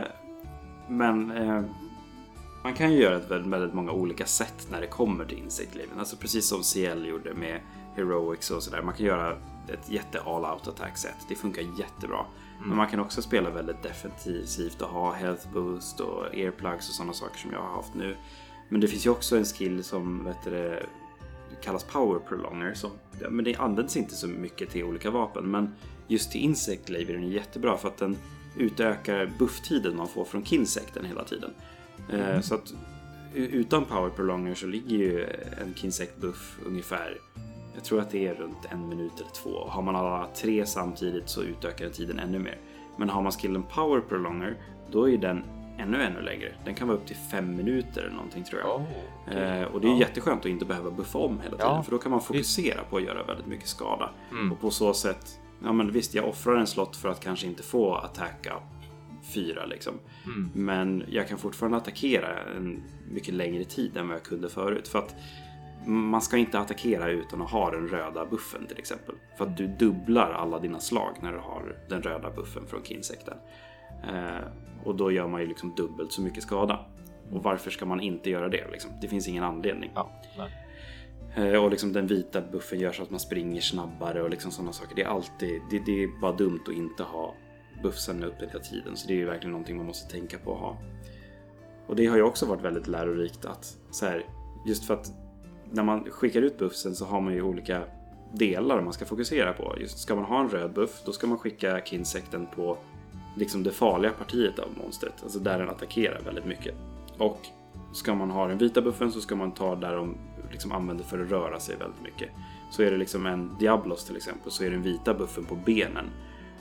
men eh, man kan ju göra ett väldigt, väldigt många olika sätt när det kommer till Insect Glaive. Alltså precis som C L gjorde med Heroics och sådär. Man kan göra ett jätte all-out attack-set. Det funkar jättebra. Mm. Men man kan också spela väldigt defensivt och ha health boost och earplugs och sådana saker som jag har haft nu. Men det finns ju också en skill som vet du, kallas Power Prolonger. Som, men det används inte så mycket till olika vapen. Men just till Insect Glaive är den jättebra för att den utökar bufftiden man får från kinsekten hela tiden. Mm. Eh, så att utan Power Prolonger så ligger ju en kinsekt buff ungefär, jag tror att det är runt en minut eller två. Har man alla tre samtidigt så utökar den tiden ännu mer. Men har man skillen Power Prolonger, då är den ännu ännu längre. Den kan vara upp till fem minuter eller någonting tror jag. Oh, okay. eh, och det är ja. jätteskönt att inte behöva buffa om hela tiden. Ja. För då kan man fokusera på att göra väldigt mycket skada. Mm. Och på så sätt, ja men visst, jag offrar en slott för att kanske inte få attack up fyra liksom. Mm. Men jag kan fortfarande attackera en mycket längre tid än vad jag kunde förut. För att man ska inte attackera utan att ha den röda buffen till exempel. För att du dubblar alla dina slag när du har den röda buffen från kinsekten. Eh, och då gör man ju liksom dubbelt så mycket skada. Och varför ska man inte göra det liksom? Det finns ingen anledning. Ja, nej. Eh, och liksom den vita buffen gör så att man springer snabbare och liksom sådana saker. Det är alltid, det, det är bara dumt att inte ha buffen uppe hela tiden. Så det är ju verkligen någonting man måste tänka på att ha. Och det har ju också varit väldigt lärorikt att så här, just för att när man skickar ut buffen så har man ju olika delar man ska fokusera på. Just ska man ha en röd buff, då ska man skicka kinsekten på liksom det farliga partiet av monstret. Alltså där den attackerar väldigt mycket. Och ska man ha den vita buffen så ska man ta där de liksom använder för att röra sig väldigt mycket. Så är det liksom en Diablos till exempel, så är den vita buffen på benen.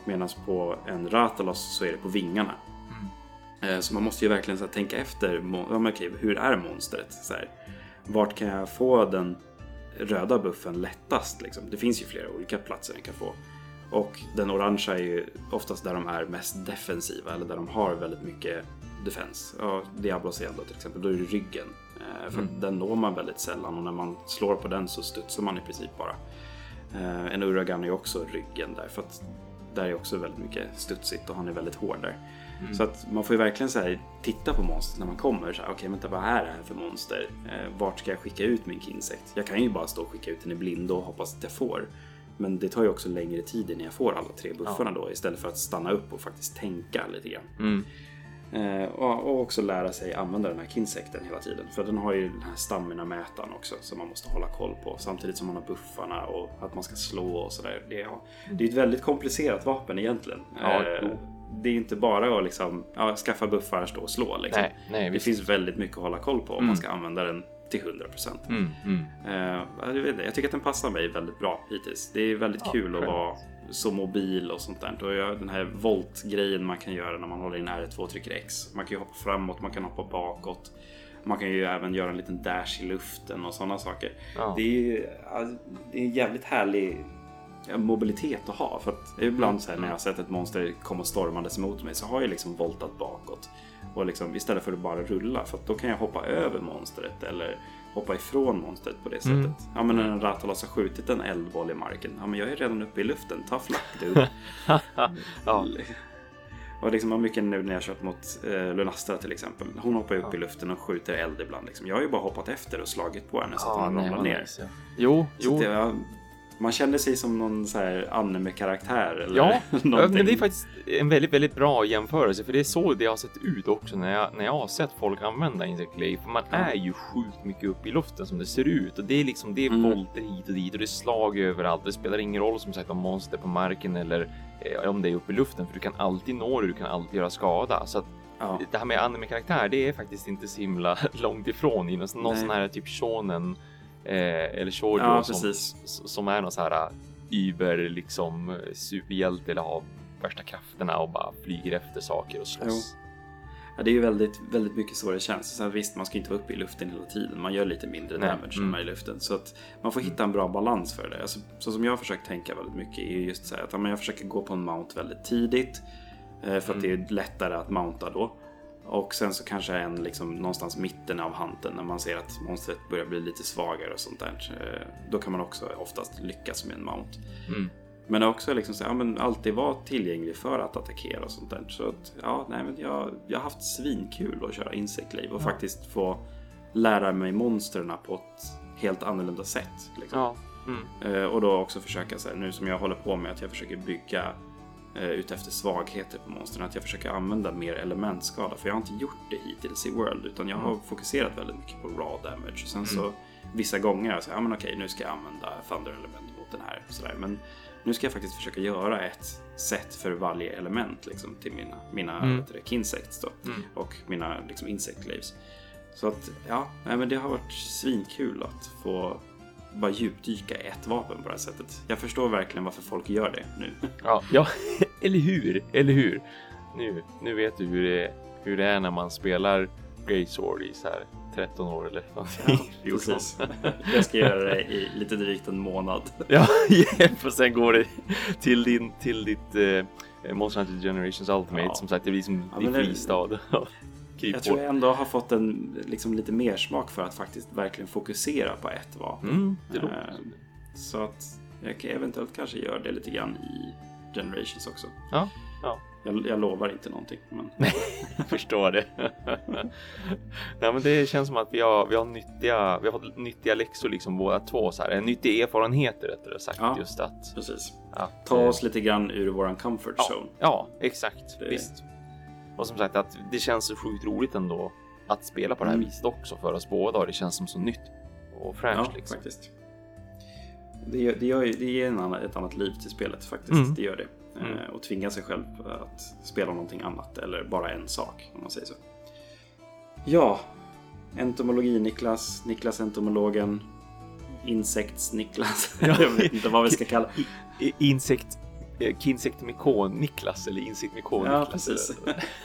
Medan på en Rathalos så är det på vingarna. Mm. Så man måste ju verkligen så här, tänka efter. Ja, men okej, hur är monstret? Så här, vart kan jag få den röda buffen lättast? Liksom? Det finns ju flera olika platser den kan få. Och den orangea är ju oftast där de är mest defensiva. Eller där de har väldigt mycket defense. Ja, Diablos Eld till exempel, då är det ryggen. Eh, för mm. den når man väldigt sällan. Och när man slår på den så studsar man i princip bara. Eh, en Uragan är ju också ryggen där. För att där är också väldigt mycket studsigt. Och han är väldigt hård där. Mm. Så att man får ju verkligen så här, titta på monstret när man kommer. Okej, okay, vänta, vad är det här för monster? Eh, vart ska jag skicka ut min Kinsect? Jag kan ju bara stå och skicka ut den i blindo och hoppas att jag får. Men det tar ju också längre tid innan jag får alla tre buffarna ja. Då. Istället för att stanna upp och faktiskt tänka lite grann. Mm. Eh, och, och också lära sig använda den här Kinsecten hela tiden. För den har ju den här stamina-mätaren också. Som man måste hålla koll på. Samtidigt som man har buffarna och att man ska slå och sådär. Det, ja, det är ett väldigt komplicerat vapen egentligen. Ja, eh, det är inte bara att liksom, ja, skaffa buffar, stå och slå. Liksom. Nej, nej, det finns väldigt mycket att hålla koll på om mm. man ska använda den till hundra procent. Mm, mm. uh, jag, vet inte, jag tycker att den passar mig väldigt bra hittills. Det är väldigt ja, kul skönt. Att vara så mobil och sånt där. Och jag, den här volt-grejen man kan göra när man håller in R ett två och trycker X. Man kan ju hoppa framåt, man kan hoppa bakåt. Man kan ju även göra en liten dash i luften och sådana saker. Ja. Det är ju det är en jävligt härlig mobilitet att ha. För att ibland så här, när jag har sett ett monster komma stormandes emot mig så har jag liksom voltat bakåt. Och liksom, istället för att bara rulla. För att då kan jag hoppa över monstret. Eller hoppa ifrån monstret på det sättet. Mm. Ja, men när en Rathalos har skjutit en eldboll i marken. Ja, men jag är redan uppe i luften. Tough luck, dude. Ja. Och liksom har mycket nu när jag kört mot eh, Lunastra till exempel. Hon hoppar upp ja. I luften och skjuter eld ibland. Liksom. Jag har ju bara hoppat efter och slagit på henne så att ja, hon ramlar ner. Nice, ja. Jo, så jo. Det, ja, man känner sig som någon så här anime-karaktär eller ja, någonting. Men det är faktiskt en väldigt, väldigt bra jämförelse. För det är så det har sett ut också när jag, när jag har sett folk använda Insect Glaive. För man ja. Är ju sjukt mycket upp i luften som det ser ut. Och det är liksom, det är mm. volter hit och dit och det är slag överallt. Det spelar ingen roll som sagt om monster på marken eller eh, om det är uppe i luften. För du kan alltid nå det, du kan alltid göra skada. Så att ja. Det här med anime-karaktär, det är faktiskt inte så himla långt ifrån. I någon, någon sån här typ shonen Eh, eller Shoujo ja, som, som är någon så här Uber liksom superhjälte eller har värsta krafterna och bara flyger efter saker och slåss. Ja, det är ju väldigt, väldigt mycket så det känns. Sen visst, man ska inte vara uppe i luften hela tiden. Man gör lite mindre Nej. damage mm. i luften. Så att man får hitta en bra balans för det. Alltså, så som jag har försökt tänka väldigt mycket är just så här att ja, men jag försöker gå på en mount väldigt tidigt. Eh, för att mm. det är lättare att mounta då. Och sen så kanske en liksom någonstans mitten av handen när man ser att monstret börjar bli lite svagare och sånt där. Då kan man också oftast lyckas med en mount. Mm. Men också liksom så, ja, men alltid vara tillgänglig för att attackera och sånt där. Så att, ja, nej, men jag, jag har haft svinkul att köra Insect Glaive och ja. Faktiskt få lära mig monstren på ett helt annorlunda sätt. Liksom. Ja. Mm. Och då också försöka så här, nu som jag håller på med att jag försöker bygga ut efter svagheter på monstren, att jag försöker använda mer elementskada, för jag har inte gjort det hittills i World, utan jag har mm. fokuserat väldigt mycket på raw damage och sen mm. så vissa gånger så ja men okej, nu ska jag använda thunder element mot den här så där. Men nu ska jag faktiskt försöka göra ett sätt för varje element liksom, till mina, mina mm. Kinsects då, mm. och mina liksom, Insect Glaives. Så att ja, nej, men det har varit svinkul att få bara djupdyka ett vapen på det här sättet. Jag förstår verkligen varför folk gör det nu. Ja, ja eller hur? Eller hur? Nu, nu vet du hur det, hur det är när man spelar Greatsword i så här tretton år eller någonting. Ja, precis. Jag ska göra det i lite drygt en månad. Ja, och sen går det till, din, till ditt eh, Monster Hunter Generations Ultimate. Ja. Som sagt, det blir som ja, din fristad. Jag tror jag ändå har fått en liksom, lite mer smak för att faktiskt verkligen fokusera på ett vapen. Mm, det uh, så att jag eventuellt kanske gör det lite grann i Generations också. Ja, ja. Jag, jag lovar inte någonting. Men... jag förstår det. Nej, men det känns som att vi har, vi har nyttiga, vi har fått nyttiga läxor liksom båda två. Så här. En nyttiga erfarenheter rättare sagt. Ja, just att, precis. Att, Ta oss lite grann ur våran comfort ja, zone. Ja, exakt. Det... Visst. Och som sagt att det känns så sjukt roligt ändå att spela på det här mm. viset också för oss båda. Det känns som så nytt och fräscht. Ja, liksom. faktiskt. Det, gör, det, gör, det ger en annan, ett annat liv till spelet faktiskt. Mm. Det gör det. Mm. Och tvinga sig själv att spela någonting annat eller bara en sak, om man säger så. Ja, entomologi Niklas, Niklas entomologen, Insekts Niklas. Jag vet inte vad vi ska kalla. Insekt Kinsektimikon Niklas eller Insektimikon ja, Niklas. Precis.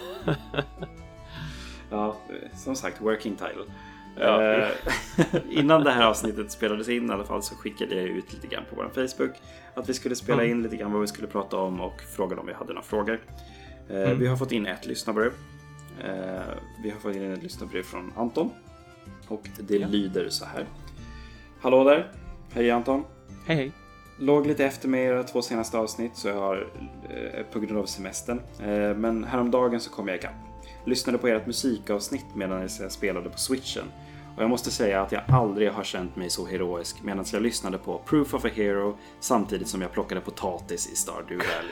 Ja, som sagt, working title. Ja. Eh, innan det här avsnittet spelades in i alla fall så skickade jag ut lite grann på vår Facebook att vi skulle spela in lite grann vad vi skulle prata om och frågade om vi hade några frågor. Eh, mm. Vi har fått in ett lyssnarbrev. Eh, vi har fått in ett lyssnarbrev från Anton och det ja. lyder så här. Hallå där, hej Anton. Hej hej. Låg lite efter med era två senaste avsnitt så jag har eh, på grund av semestern. Eh, men häromdagen så kom jag ikapp. Lyssnade på ert musikavsnitt medan jag spelade på Switchen. Och jag måste säga att jag aldrig har känt mig så heroisk medan jag lyssnade på Proof of a Hero samtidigt som jag plockade potatis i Stardew Valley.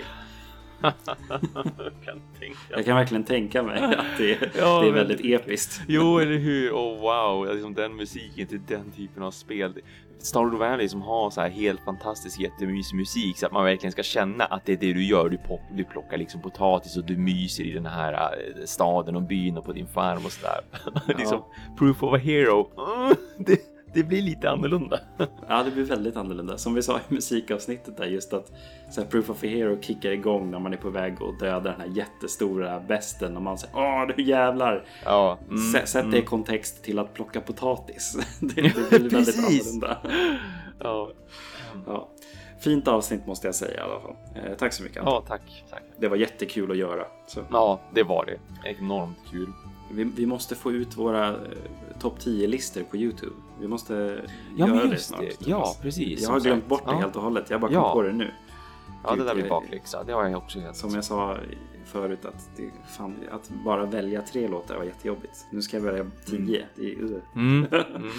kan tänka. Jag kan verkligen tänka mig att det, ja, det är väldigt men, episkt. Jo, eller hur? Oh, wow, liksom den musiken till den typen av spel. Stardew Valley som har så här helt fantastisk jättemysig musik så att man verkligen ska känna att det är det du gör. Du, pop, du plockar liksom potatis och du myser i den här staden och byn och på din farm och sådär. Ja. Liksom Proof of a Hero. Det, det blir lite annorlunda. Ja, det blir väldigt annorlunda. Som vi sa i musikavsnittet där, just att så här, Proof of a Hero kickar igång när man är på väg att döda den här jättestora besten och man säger, åh du jävlar. Ja. Mm, S- sätt det i kontext till att plocka potatis. det, det blir väldigt annorlunda. Ja. Ja. Fint avsnitt måste jag säga i alla fall. Eh, tack så mycket Anton. Ja, tack, tack. Det var jättekul att göra. Så. Ja, det var det. Enormt kul. Vi, vi måste få ut våra eh, topp tio-listor på YouTube. Vi måste ja, göra men det snart. Det. Ja, precis. Jag har glömt sagt. bort det ja. helt och hållet. Jag bara kom ja. på det nu. Ja, det där blir bakläxa. Det har jag också helt. Som jag sa förut att, det, fan, att bara välja tre låtar var jättejobbigt. Nu ska jag välja tio. Det är, uh. mm. Mm.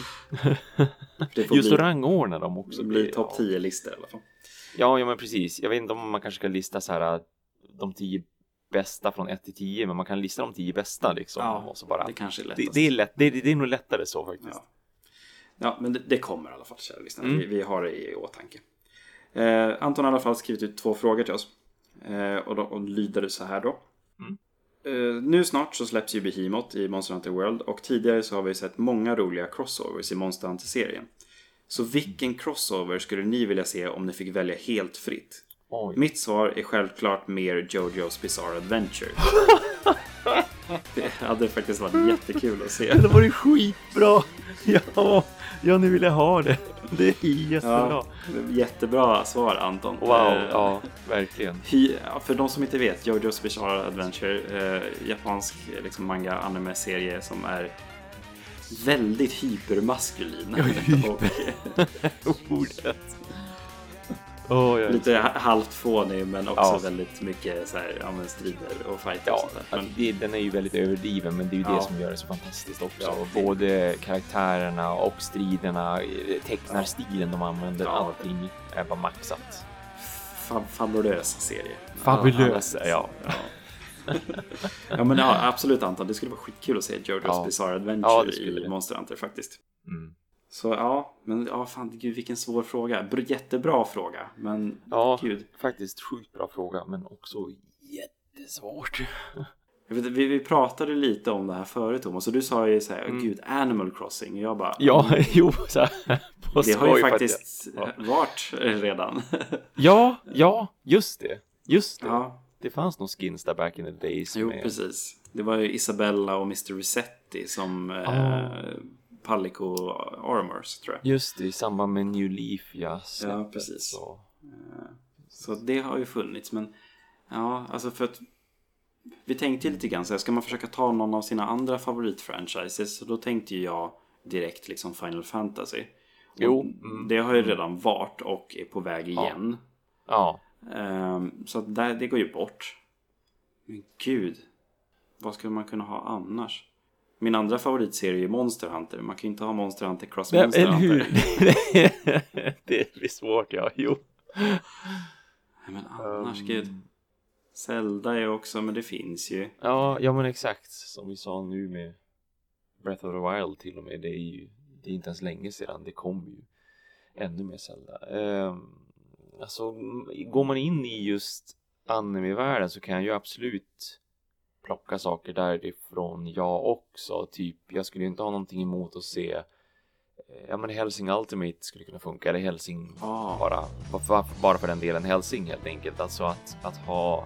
det Just att rangordna dem också. Det blir topp tio-listor i alla fall. Ja, ja, men precis. Jag vet inte om man kanske ska lista så här de tio bästa från ett till tio, men man kan lista de tio bästa liksom. Ja, och så bara, det kanske är Det, lättast. det, är lätt, det, det är nog lättare så faktiskt. Ja, ja men det, det kommer i alla fall, kära lyssnare. Mm. Vi, vi har det i åtanke. Eh, Anton har i alla fall skrivit ut två frågor till oss. Eh, och, då, och lyder det så här då. Mm. Eh, nu snart så släpps ju Behemoth i Monster Hunter World. Och tidigare så har vi sett många roliga crossovers i Monster Hunter-serien. Så vilken crossover skulle ni vilja se om ni fick välja helt fritt? Oj. Mitt svar är självklart mer JoJo's Bizarre Adventure. Det hade faktiskt varit jättekul att se. Det var ju skitbra. Ja, ja, nu vill jag ha det. Det är jättebra. Ja, jättebra svar, Anton. Wow, eh, ja, verkligen. Hy, för de som inte vet, JoJo's Bizarre Adventure, eh, japansk liksom, manga-anime-serie som är väldigt hypermaskulin. Ja, hyper. Ordet. Oh, ja, lite halvt fånig men också ja. väldigt mycket så här, ja, men strider och fighter ja, och sånt där. Men... det, den är ju väldigt överdriven, men det är ju ja. det som gör det så fantastiskt också. Ja, det... Både karaktärerna och striderna, tecknarstilen de använder, ja. allting är bara maxat. Fa- fabulös serie. Fabulös, ja. ja. ja. ja men ja, absolut Anton, det skulle vara skitkul att se JoJo's ja. Bizarre Adventure ja, i Monster Hunter faktiskt. Mm. Så ja, men ja fan gud vilken svår fråga. Jättebra fråga, men ja, gud. Faktiskt sjukt bra fråga, men också jättesvårt. Jag vet, vi, vi pratade lite om det här förut, Thomas, och du sa ju så här, mm. gud, Animal Crossing, och jag bara... Ja, mm, jo, så här, på det har ju faktiskt ja. varit redan. ja, ja, just det, just det. Ja. Det fanns nog skins där back in the days. Jo, med... precis. Det var ju Isabella och mister Resetti som... Oh. Eh, Palico Armors, tror jag. Just det, i samband med New Leaf, ja. Ja, precis. Så. så det har ju funnits, men ja, alltså för att vi tänkte ju lite grann så här, ska man försöka ta någon av sina andra favoritfranchises, så då tänkte ju jag direkt liksom Final Fantasy. Och jo. Mm. Det har ju redan varit och är på väg igen. Ja. Um, så där, det går ju bort. Men gud, vad skulle man kunna ha annars? Min andra favoritserie är Monster Hunter. Man kan ju inte ha Monster Hunter Cross men, Monster Hunter. Det blir svårt, ja. Jo. Nej, men annars, um... gud. Zelda är också, men det finns ju. Ja, ja men exakt. Som vi sa nu med Breath of the Wild till och med. Det är ju det är inte ens länge sedan. Det kommer ju ännu mer Zelda. Um, alltså, går man in i just anime-världen så kan jag ju absolut... plocka saker därifrån jag också. Typ, jag skulle inte ha någonting emot att se Ja, men Helsing Ultimate skulle kunna funka. Eller Helsing ah. bara, bara, bara för den delen. Helsing helt enkelt. Alltså att, att ha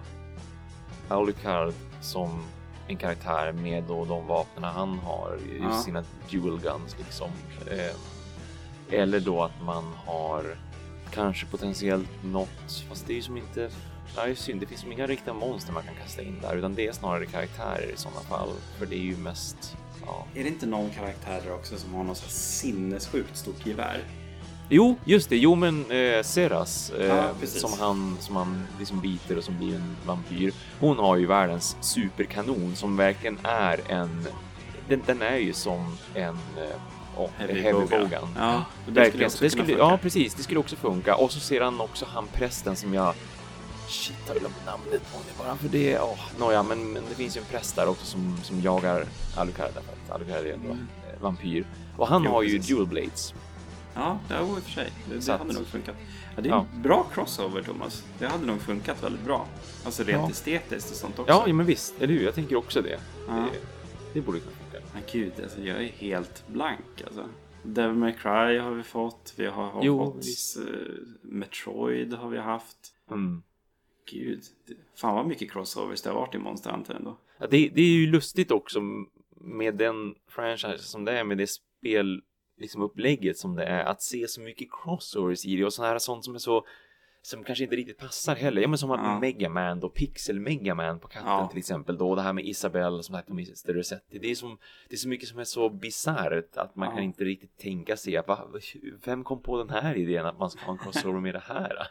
Alucard som en karaktär med då de vapnen han har. Just ah. sina dual guns liksom. Eh, eller då att man har kanske potentiellt något. Fast det är ju som inte... Ja, det är synd. Det finns ju inga riktiga monster man kan kasta in där. Utan det är snarare karaktärer i sådana fall. För det är ju mest... Ja. Är det inte någon karaktär där också som har något så sinnessjukt stort gevär? Jo, just det. Jo, men eh, Seras eh, ja, som han som han liksom biter och som blir en vampyr. Hon har ju världens superkanon som verkligen är en... Den, den är ju som en... Oh, Heavy, heavy Bogan. Ja, det skulle, det skulle ja, precis. Det skulle också funka. Och så ser han också han prästen som jag... Shit, jag glömde namnet på det bara för det. Oh, nåja, men, men det finns ju en präst där också som, som jagar Alucard därför att Alucard är en mm. vampyr. Och han jo, har ju dual blades. Ja, det var i och för sig. Det, det hade nog funkat. Ja, det är ja. en bra crossover, Thomas. Det hade nog funkat väldigt bra. Alltså rent ja. estetiskt och sånt också. Ja, ja, men visst. Eller hur? Jag tänker också det. Ja. Det, det borde kunna funka. Men gud, alltså, jag är helt blank. Alltså. Devil May Cry har vi fått. Vi har, har jo, fått uh, Metroid har vi haft. Mm. Gud, det, fan vad mycket crossovers det har varit i Monster Hunter ändå. Ja, det, det är ju lustigt också med den franchise som det är, med det spel liksom upplägget som det är, att se så mycket crossovers i det och sån här sånt som är så som kanske inte riktigt passar heller. Ja, men som ja. Mega Man då, Pixel Mega Man på katten ja. till exempel då, det här med Isabelle som sagt om mister Rossetti. Det är som det är så mycket som är så bizarrt att man ja. kan inte riktigt tänka sig va, vem kom på den här idén att man ska ha en crossover med det här?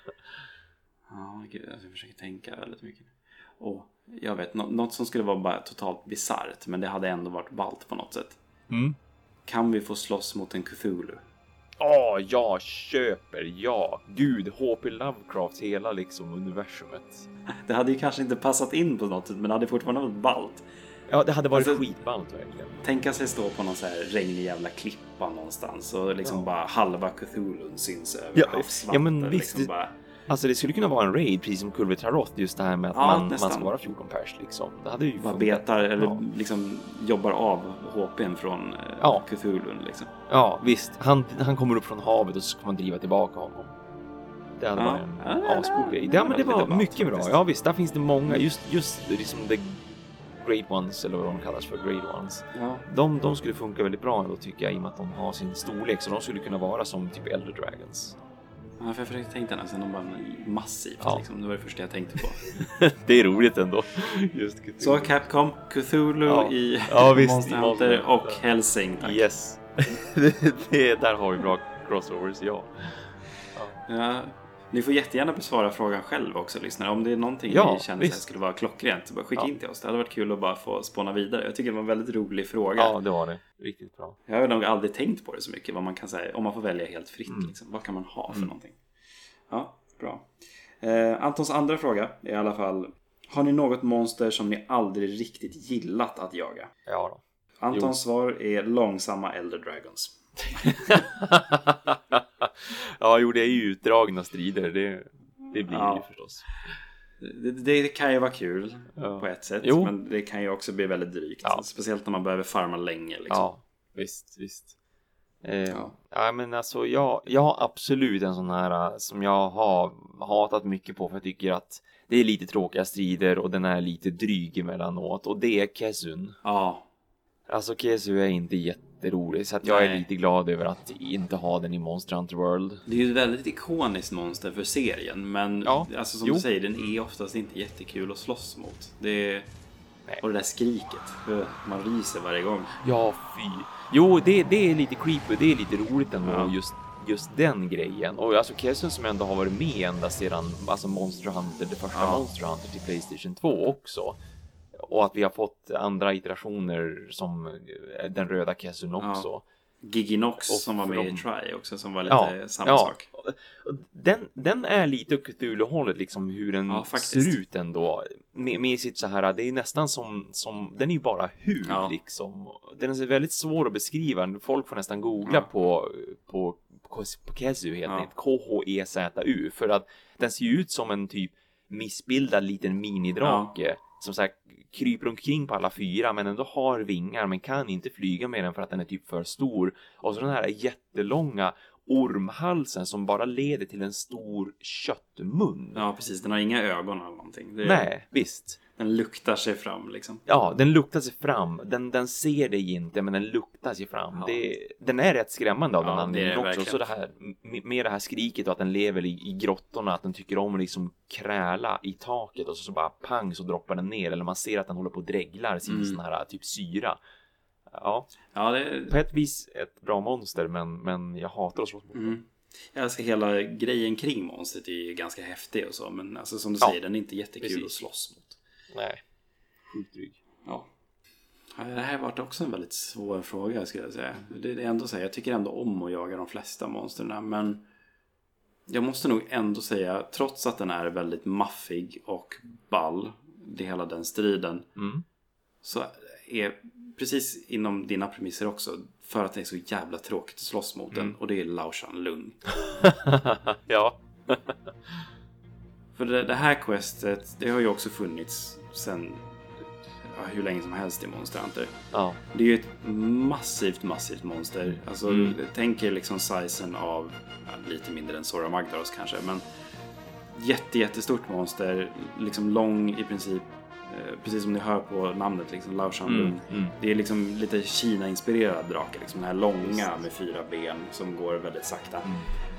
Ja, gud, alltså jag försöker tänka väldigt mycket. Och jag vet, nå- något som skulle vara bara totalt bizarrt, men det hade ändå varit ballt på något sätt. Mm. Kan vi få slåss mot en Cthulhu? Ja, oh, jag köper, ja. Gud, H P Lovecraft, hela liksom universumet. Det hade ju kanske inte passat in på något sätt, men det hade fortfarande varit ballt. Ja, det hade varit alltså, skitballt verkligen. Tänka sig stå på någon så här regnig jävla klippa någonstans och liksom ja. bara halva Cthulhu syns över ja, havsvatten. Ja, men visst, liksom bara... Alltså det skulle kunna vara en raid, precis som Kulve Tarot, just det här med att ja, man, man ska vara fjorton pers liksom. Det hade ju bara betar eller ja. liksom jobbar av H P:n från ja. Cthulhu liksom. Ja, visst. Han, han kommer upp från havet och så ska man driva tillbaka honom. Det hade ja. varit en ja, ascool grej. Ja, men det var mycket bra. Ja, visst. Där finns det många. Just, just liksom the Great Ones, eller vad de kallas för, Great Ones. Ja. De, de skulle funka väldigt bra då tycker jag, i och med att de har sin storlek. Så de skulle kunna vara som typ Elder Dragons. Ja, för jag försökte tänka nästan de bara massivt ja. liksom. Det var det första jag tänkte på. Det är roligt ändå. Just så Capcom, Cthulhu ja. i ja, Monster Hunter och ja. Helsing, tack. Yes. det, det, där har vi bra crossovers, ja. ja. Ja. Ni får jättegärna besvara frågan själv också, lyssnare. Om det är någonting ja, ni känner att skulle vara klockrent, så bara skicka ja. in till oss. Det hade varit kul att bara få spåna vidare. Jag tycker det var en väldigt rolig fråga. Ja, det var det. Riktigt bra. Jag har nog aldrig tänkt på det så mycket. Vad man kan säga, om man får välja helt fritt. Mm. Liksom. Vad kan man ha för mm. någonting? Ja, bra. Eh, Antons andra fråga är i alla fall: har ni något monster som ni aldrig riktigt gillat att jaga? Ja då. Antons jo. svar är långsamma Elder Dragons. Ja, jo, det är ju utdragna strider. Det, det blir ja. ju förstås. Det, det kan ju vara kul ja. på ett sätt. Jo. Men det kan ju också bli väldigt drygt. Ja. Speciellt när man behöver farma länge liksom. Ja, visst, visst. Eh, ja. ja, men alltså jag, jag har absolut en sån här som jag har hatat mycket på, för jag tycker att det är lite tråkiga strider och den är lite dryg emellanåt, och det är Kezun. Ja. Alltså Kezu är inte jätterolig, så att jag Nej. är lite glad över att inte ha den i Monster Hunter World. Det är ju ett väldigt ikoniskt monster för serien, men ja. alltså som jo. du säger, den är oftast inte jättekul att slåss mot. Det är... Och det där skriket, man ryser varje gång. Ja, fy. Jo, det, det är lite creepy, det är lite roligt ändå, ja. just, just den grejen. Och alltså Kezun som ändå har varit med ända sedan alltså Monster Hunter, det första ja. Monster Hunter till PlayStation två också. Och att vi har fått andra iterationer som den röda Kezun också. Ja. Giginox som var med de... i Try också, som var lite ja, samma ja. sak. Den, den är lite Cthulhu-hållet liksom, hur den ja, ser ut ändå. Med, med sitt så här, det är nästan som, som den är ju bara hud ja. liksom. Den är väldigt svår att beskriva. Folk får nästan googla ja. på, på, på, på Kezu helt enkelt. Ja. K H E Z U. För att den ser ut som en typ missbildad liten minidrake. Ja. Som sagt, kryper omkring på alla fyra men ändå har vingar men kan inte flyga med den för att den är typ för stor. Och så den här jättelånga ormhalsen som bara leder till en stor köttmun. Ja, precis. Den har inga ögon eller någonting. Det är... Nej, visst. Den luktar sig fram liksom. Ja, den luktar sig fram. Den, den ser dig inte, men den luktar sig fram. Ja. Det, den är rätt skrämmande av ja, den anledningen också. Verkligen. Så det här, med det här skriket och att den lever i, i grottorna, att den tycker om att liksom kräla i taket och så, så bara pang så droppar den ner. Eller man ser att den håller på och dreglar sin mm. sån här typ syra. Ja, ja det... på ett vis ett bra monster, men, men jag hatar att slåss mot mm. Jag älskar hela grejen kring monstret är ju ganska häftig och så. Men alltså, som du ja. säger, den är inte jättekul Precis. att slåss mot. Nej, sjukt dryg. Ja. Det här har varit också en väldigt svår fråga skulle jag säga. Det är ändå så här, jag tycker ändå om att jaga de flesta monsterna, men jag måste nog ändå säga, trots att den är väldigt maffig och ball, det hela den striden, mm. så är precis inom dina premisser också, för att det är så jävla tråkigt att slåss mot mm. den, och det är Lao Shan Lung. Ja. För det, det här questet, det har ju också funnits sen ja, hur länge som helst i Monster Hunter. Ja. Det är ju ett massivt, massivt monster. Alltså, mm. tänk er liksom sizen av, ja, lite mindre än Zora Magdaros kanske, men jätte, jättestort monster, liksom lång i princip, eh, precis som ni hör på namnet, liksom Lao Shan Lung. Mm. Mm. Det är liksom lite Kina-inspirerad drake, liksom den här långa med fyra ben som går väldigt sakta. Mm.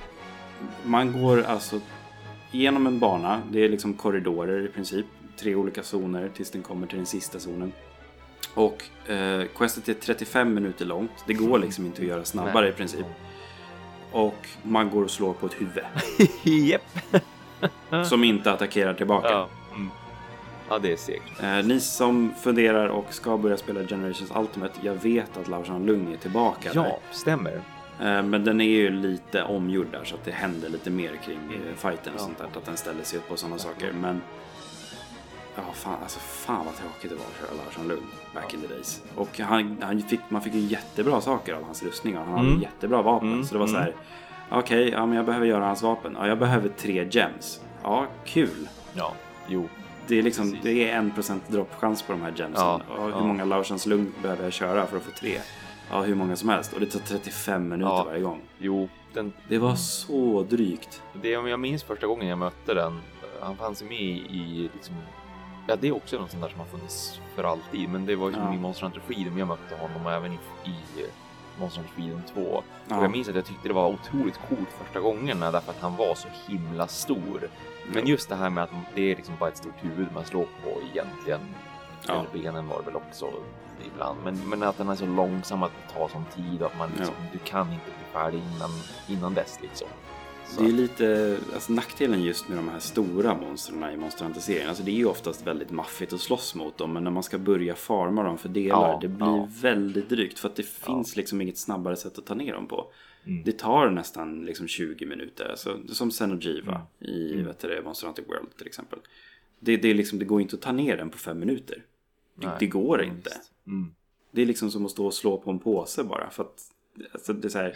Man går alltså genom en bana, det är liksom korridorer i princip, tre olika zoner tills den kommer till den sista zonen. Och eh, questet är trettiofem minuter långt. Det går liksom inte att göra snabbare i princip. Och man går och slår på ett huvud. Japp. Som inte attackerar tillbaka. Ja, mm. ja det är säkert. Eh, ni som funderar och ska börja spela Generations Ultimate, jag vet att Lao Shan Lung är tillbaka. Ja, där. stämmer. Men den är ju lite omgjord där, så att det händer lite mer kring fighten och ja. sånt där, att den ställer sig upp och sådana ja. saker. Men ja, fan, alltså fan vad tråkigt det var att köra Lao Shan Lung back ja. in the days. Och han, han fick, man fick ju jättebra saker av hans rustningar. Han mm. hade jättebra vapen, mm. så det var så här: okej, okay, ja, men jag behöver göra hans vapen. Ja, jag behöver tre gems. Ja, kul. Ja, jo. Det är liksom, det är en procent droppchans på de här gemsen. Ja. Och hur ja. många Lao Shan Lung behöver jag köra för att få tre? Ja, hur många som helst. Och det tar trettiofem minuter ja, varje gång. Jo, den... det var så drygt. Det om jag minns första gången jag mötte den, han fanns med i liksom, ja, det är också något sånt där som har funnits för alltid. Men det var ju ja. i Monster Hunter Freedom jag mötte honom, och även i, i Monster Hunter Freedom två. Ja. Och jag minns att jag tyckte det var otroligt coolt första gången, därför att han var så himla stor. Men just det här med att det är liksom bara ett stort huvud man slår på egentligen. Ja. Eller benen var det väl också ibland. Men, men att den är så långsam att det tar sån tid att man liksom, ja. du kan inte bli färdig innan, innan dess liksom. Så. Det är lite, alltså nackdelen just med de här stora monstren i Monster Hunter-serien. Alltså det är ju oftast väldigt maffigt att slåss mot dem, men när man ska börja farma dem för delar, ja, det blir ja. väldigt drygt. För att det finns ja. liksom inget snabbare sätt att ta ner dem på. Mm. Det tar nästan liksom tjugo minuter. Alltså, som Xeno'jiva mm. i mm. vet du, Monster Hunter World till exempel. Det, det, är liksom, det går inte att ta ner den på fem minuter. Det, det går mm. inte. Mm. Det är liksom som att stå och slå på en påse bara. För att alltså, det är så här,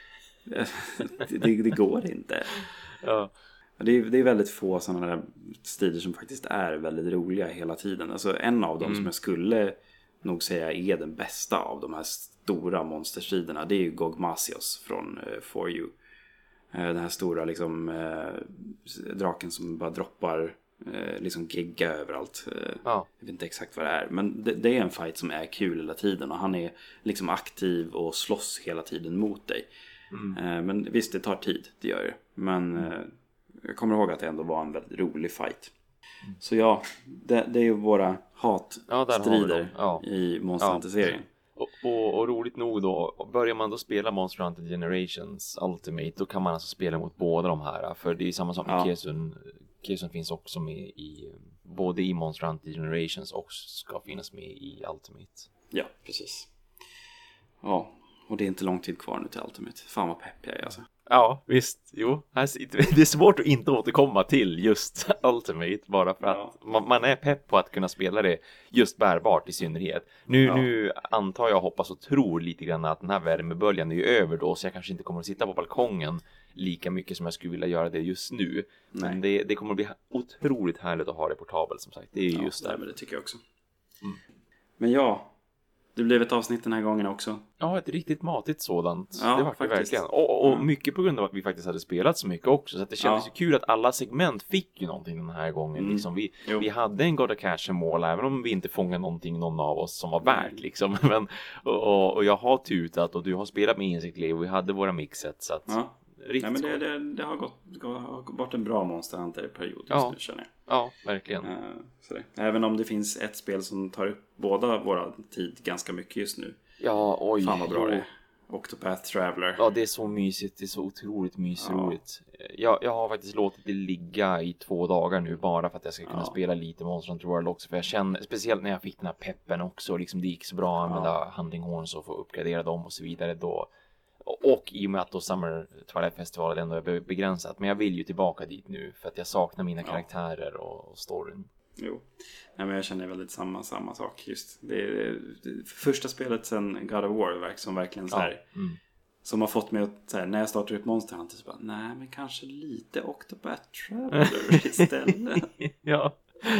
det, det går inte. Ja. Det är, det är väldigt få sådana där strider som faktiskt är väldigt roliga hela tiden. Alltså en av dem mm. som jag skulle nog säga är den bästa av de här stora monsterstriderna, det är ju Gogmasios från uh, For You. Uh, den här stora liksom uh, draken som bara droppar uh, liksom gegga överallt. Uh, ja. Jag vet inte exakt vad det är, men det, det är en fight som är kul hela tiden, och han är liksom aktiv och slåss hela tiden mot dig. Mm. Uh, men visst, det tar tid, det gör det. Men uh, jag kommer ihåg att det ändå var en väldigt rolig fight. Mm. Så ja, det, det är ju våra hatstrider ja, ja. i Monster Hunter-serien. Och, och, och roligt nog då, börjar man då spela Monster Hunter Generations Ultimate, då kan man alltså spela mot båda de här. För det är samma sak med ja. Kesun. Kesun finns också med i både i Monster Hunter Generations och ska finnas med i Ultimate. Ja, precis. Ja, och det är inte lång tid kvar nu till Ultimate. Fan vad pepp jag är alltså. Ja, visst. Jo, det är svårt att inte återkomma till just Ultimate, bara för att ja. man, man är pepp på att kunna spela det just bärbart i synnerhet. Nu, ja. nu antar jag, hoppas och tror lite grann att den här värmeböljan är ju över då, så jag kanske inte kommer att sitta på balkongen lika mycket som jag skulle vilja göra det just nu. Nej. Men det, det kommer att bli otroligt härligt att ha det portabelt, som sagt. Det är ja, just det. Men det tycker jag också. Mm. Men ja, det blev ett avsnitt den här gången också. Ja, ett riktigt matigt sådant. Ja, det var det verkligen. Och, och ja. mycket på grund av att vi faktiskt hade spelat så mycket också. Så att det kändes ja. ju kul att alla segment fick ju någonting den här gången. Mm. Liksom vi, vi hade en God of Cash mål, även om vi inte fångade någonting någon av oss som var värt. Liksom. Men, och, och jag har tutat och du har spelat med Insect League och vi hade våra mixet. Så att... Ja. Nej, men det, det, det har gått, gått bort en bra Monster Hunter-period just ja. nu, känner jag. Ja, verkligen. Uh, så det. Även om det finns ett spel som tar upp båda våra tid ganska mycket just nu. Ja, oj. Fan vad bra det är. Octopath Traveler. Ja, det är så mysigt. Det är så otroligt mysigt. Ja. Jag, jag har faktiskt låtit det ligga i två dagar nu bara för att jag ska kunna ja. spela lite Monster Hunter World också. För jag känner, speciellt när jag fick den här peppen också, liksom det gick så bra att använda ja. Hunting Horns och få uppgradera dem och så vidare då. Och i och med att då Summer Twilight Festival ändå är begränsat. Men jag vill ju tillbaka dit nu för att jag saknar mina ja. karaktärer och, och storyn. Jo, nej, men jag känner väldigt samma, samma sak just. Det är det första spelet sen God of War som verkligen så här, ja. mm. som har fått mig att så här, när jag startar upp Monster Hunter så bara, nej men kanske lite Octopath Traveler istället. ja.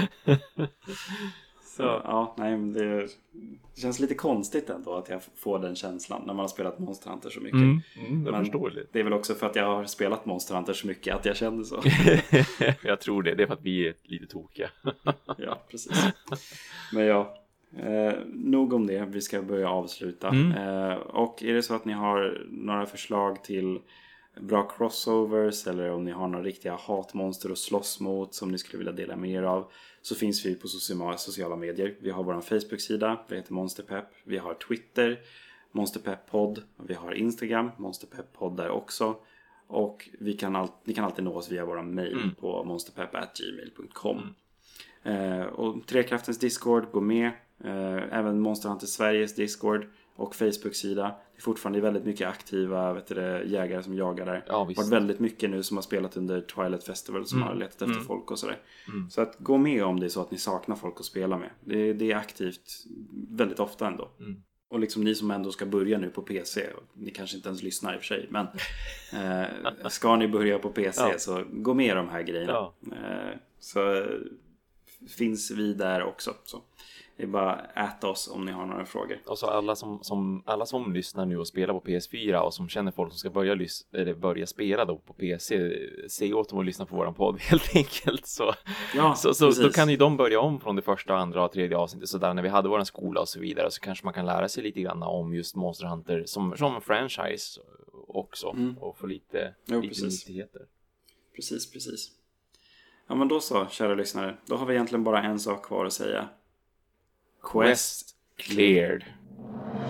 Så ja, nej, men det, det känns lite konstigt ändå att jag får den känslan när man har spelat Monster Hunter så mycket. Mm, mm, det, men förståeligt. Det är väl också för att jag har spelat Monster Hunter så mycket att jag kände så. Jag tror det, det är för att vi är lite tokiga. Ja, precis. Men ja, eh, nog om det, vi ska börja avsluta. Mm. Eh, och är det så att ni har några förslag till bra crossovers eller om ni har några riktiga hatmonster att slåss mot som ni skulle vilja dela med er av, så finns vi på sociala medier. Vi har vår Facebook-sida, vi heter Monsterpepp. Vi har Twitter, Monsterpepp-podd. Vi har Instagram, Monsterpepp-podd där också. Och vi kan all, ni kan alltid nå oss via vår mail mm. på monsterpepp at gmail dot com. Mm. Eh, och Trekraftens Discord, gå med. Eh, även Monster Hunter Sveriges Discord och Facebook-sida. Det är fortfarande väldigt mycket aktiva vet du, jägare som jagar där. Ja, det har varit väldigt mycket nu som har spelat under Twilight Festival som mm. har letat efter mm. folk och sådär. Mm. Så att gå med om det är så att ni saknar folk att spela med. Det, det är aktivt väldigt ofta ändå. Mm. Och liksom ni som ändå ska börja nu på P C. Ni kanske inte ens lyssnar i och för sig. Men eh, ska ni börja på P C ja. så gå med de här grejerna. Ja. Eh, så eh, finns vi där också. Så. Det är bara äta oss om ni har några frågor. Och så alla som, som, alla som lyssnar nu och spelar på P S fyra och som känner folk som ska börja, lys- eller börja spela då på P C, se åt dem och lyssna på våran podd helt enkelt. Så, ja, så, så då kan ju de börja om från det första, andra och tredje avsnittet. Så där när vi hade våran skola och så vidare så kanske man kan lära sig lite grann om just Monster Hunter som, som franchise också. Mm. Och få lite, jo, lite nyttigheter. Precis, precis. Ja, men då så, kära lyssnare. Då har vi egentligen bara en sak kvar att säga. Quest cleared.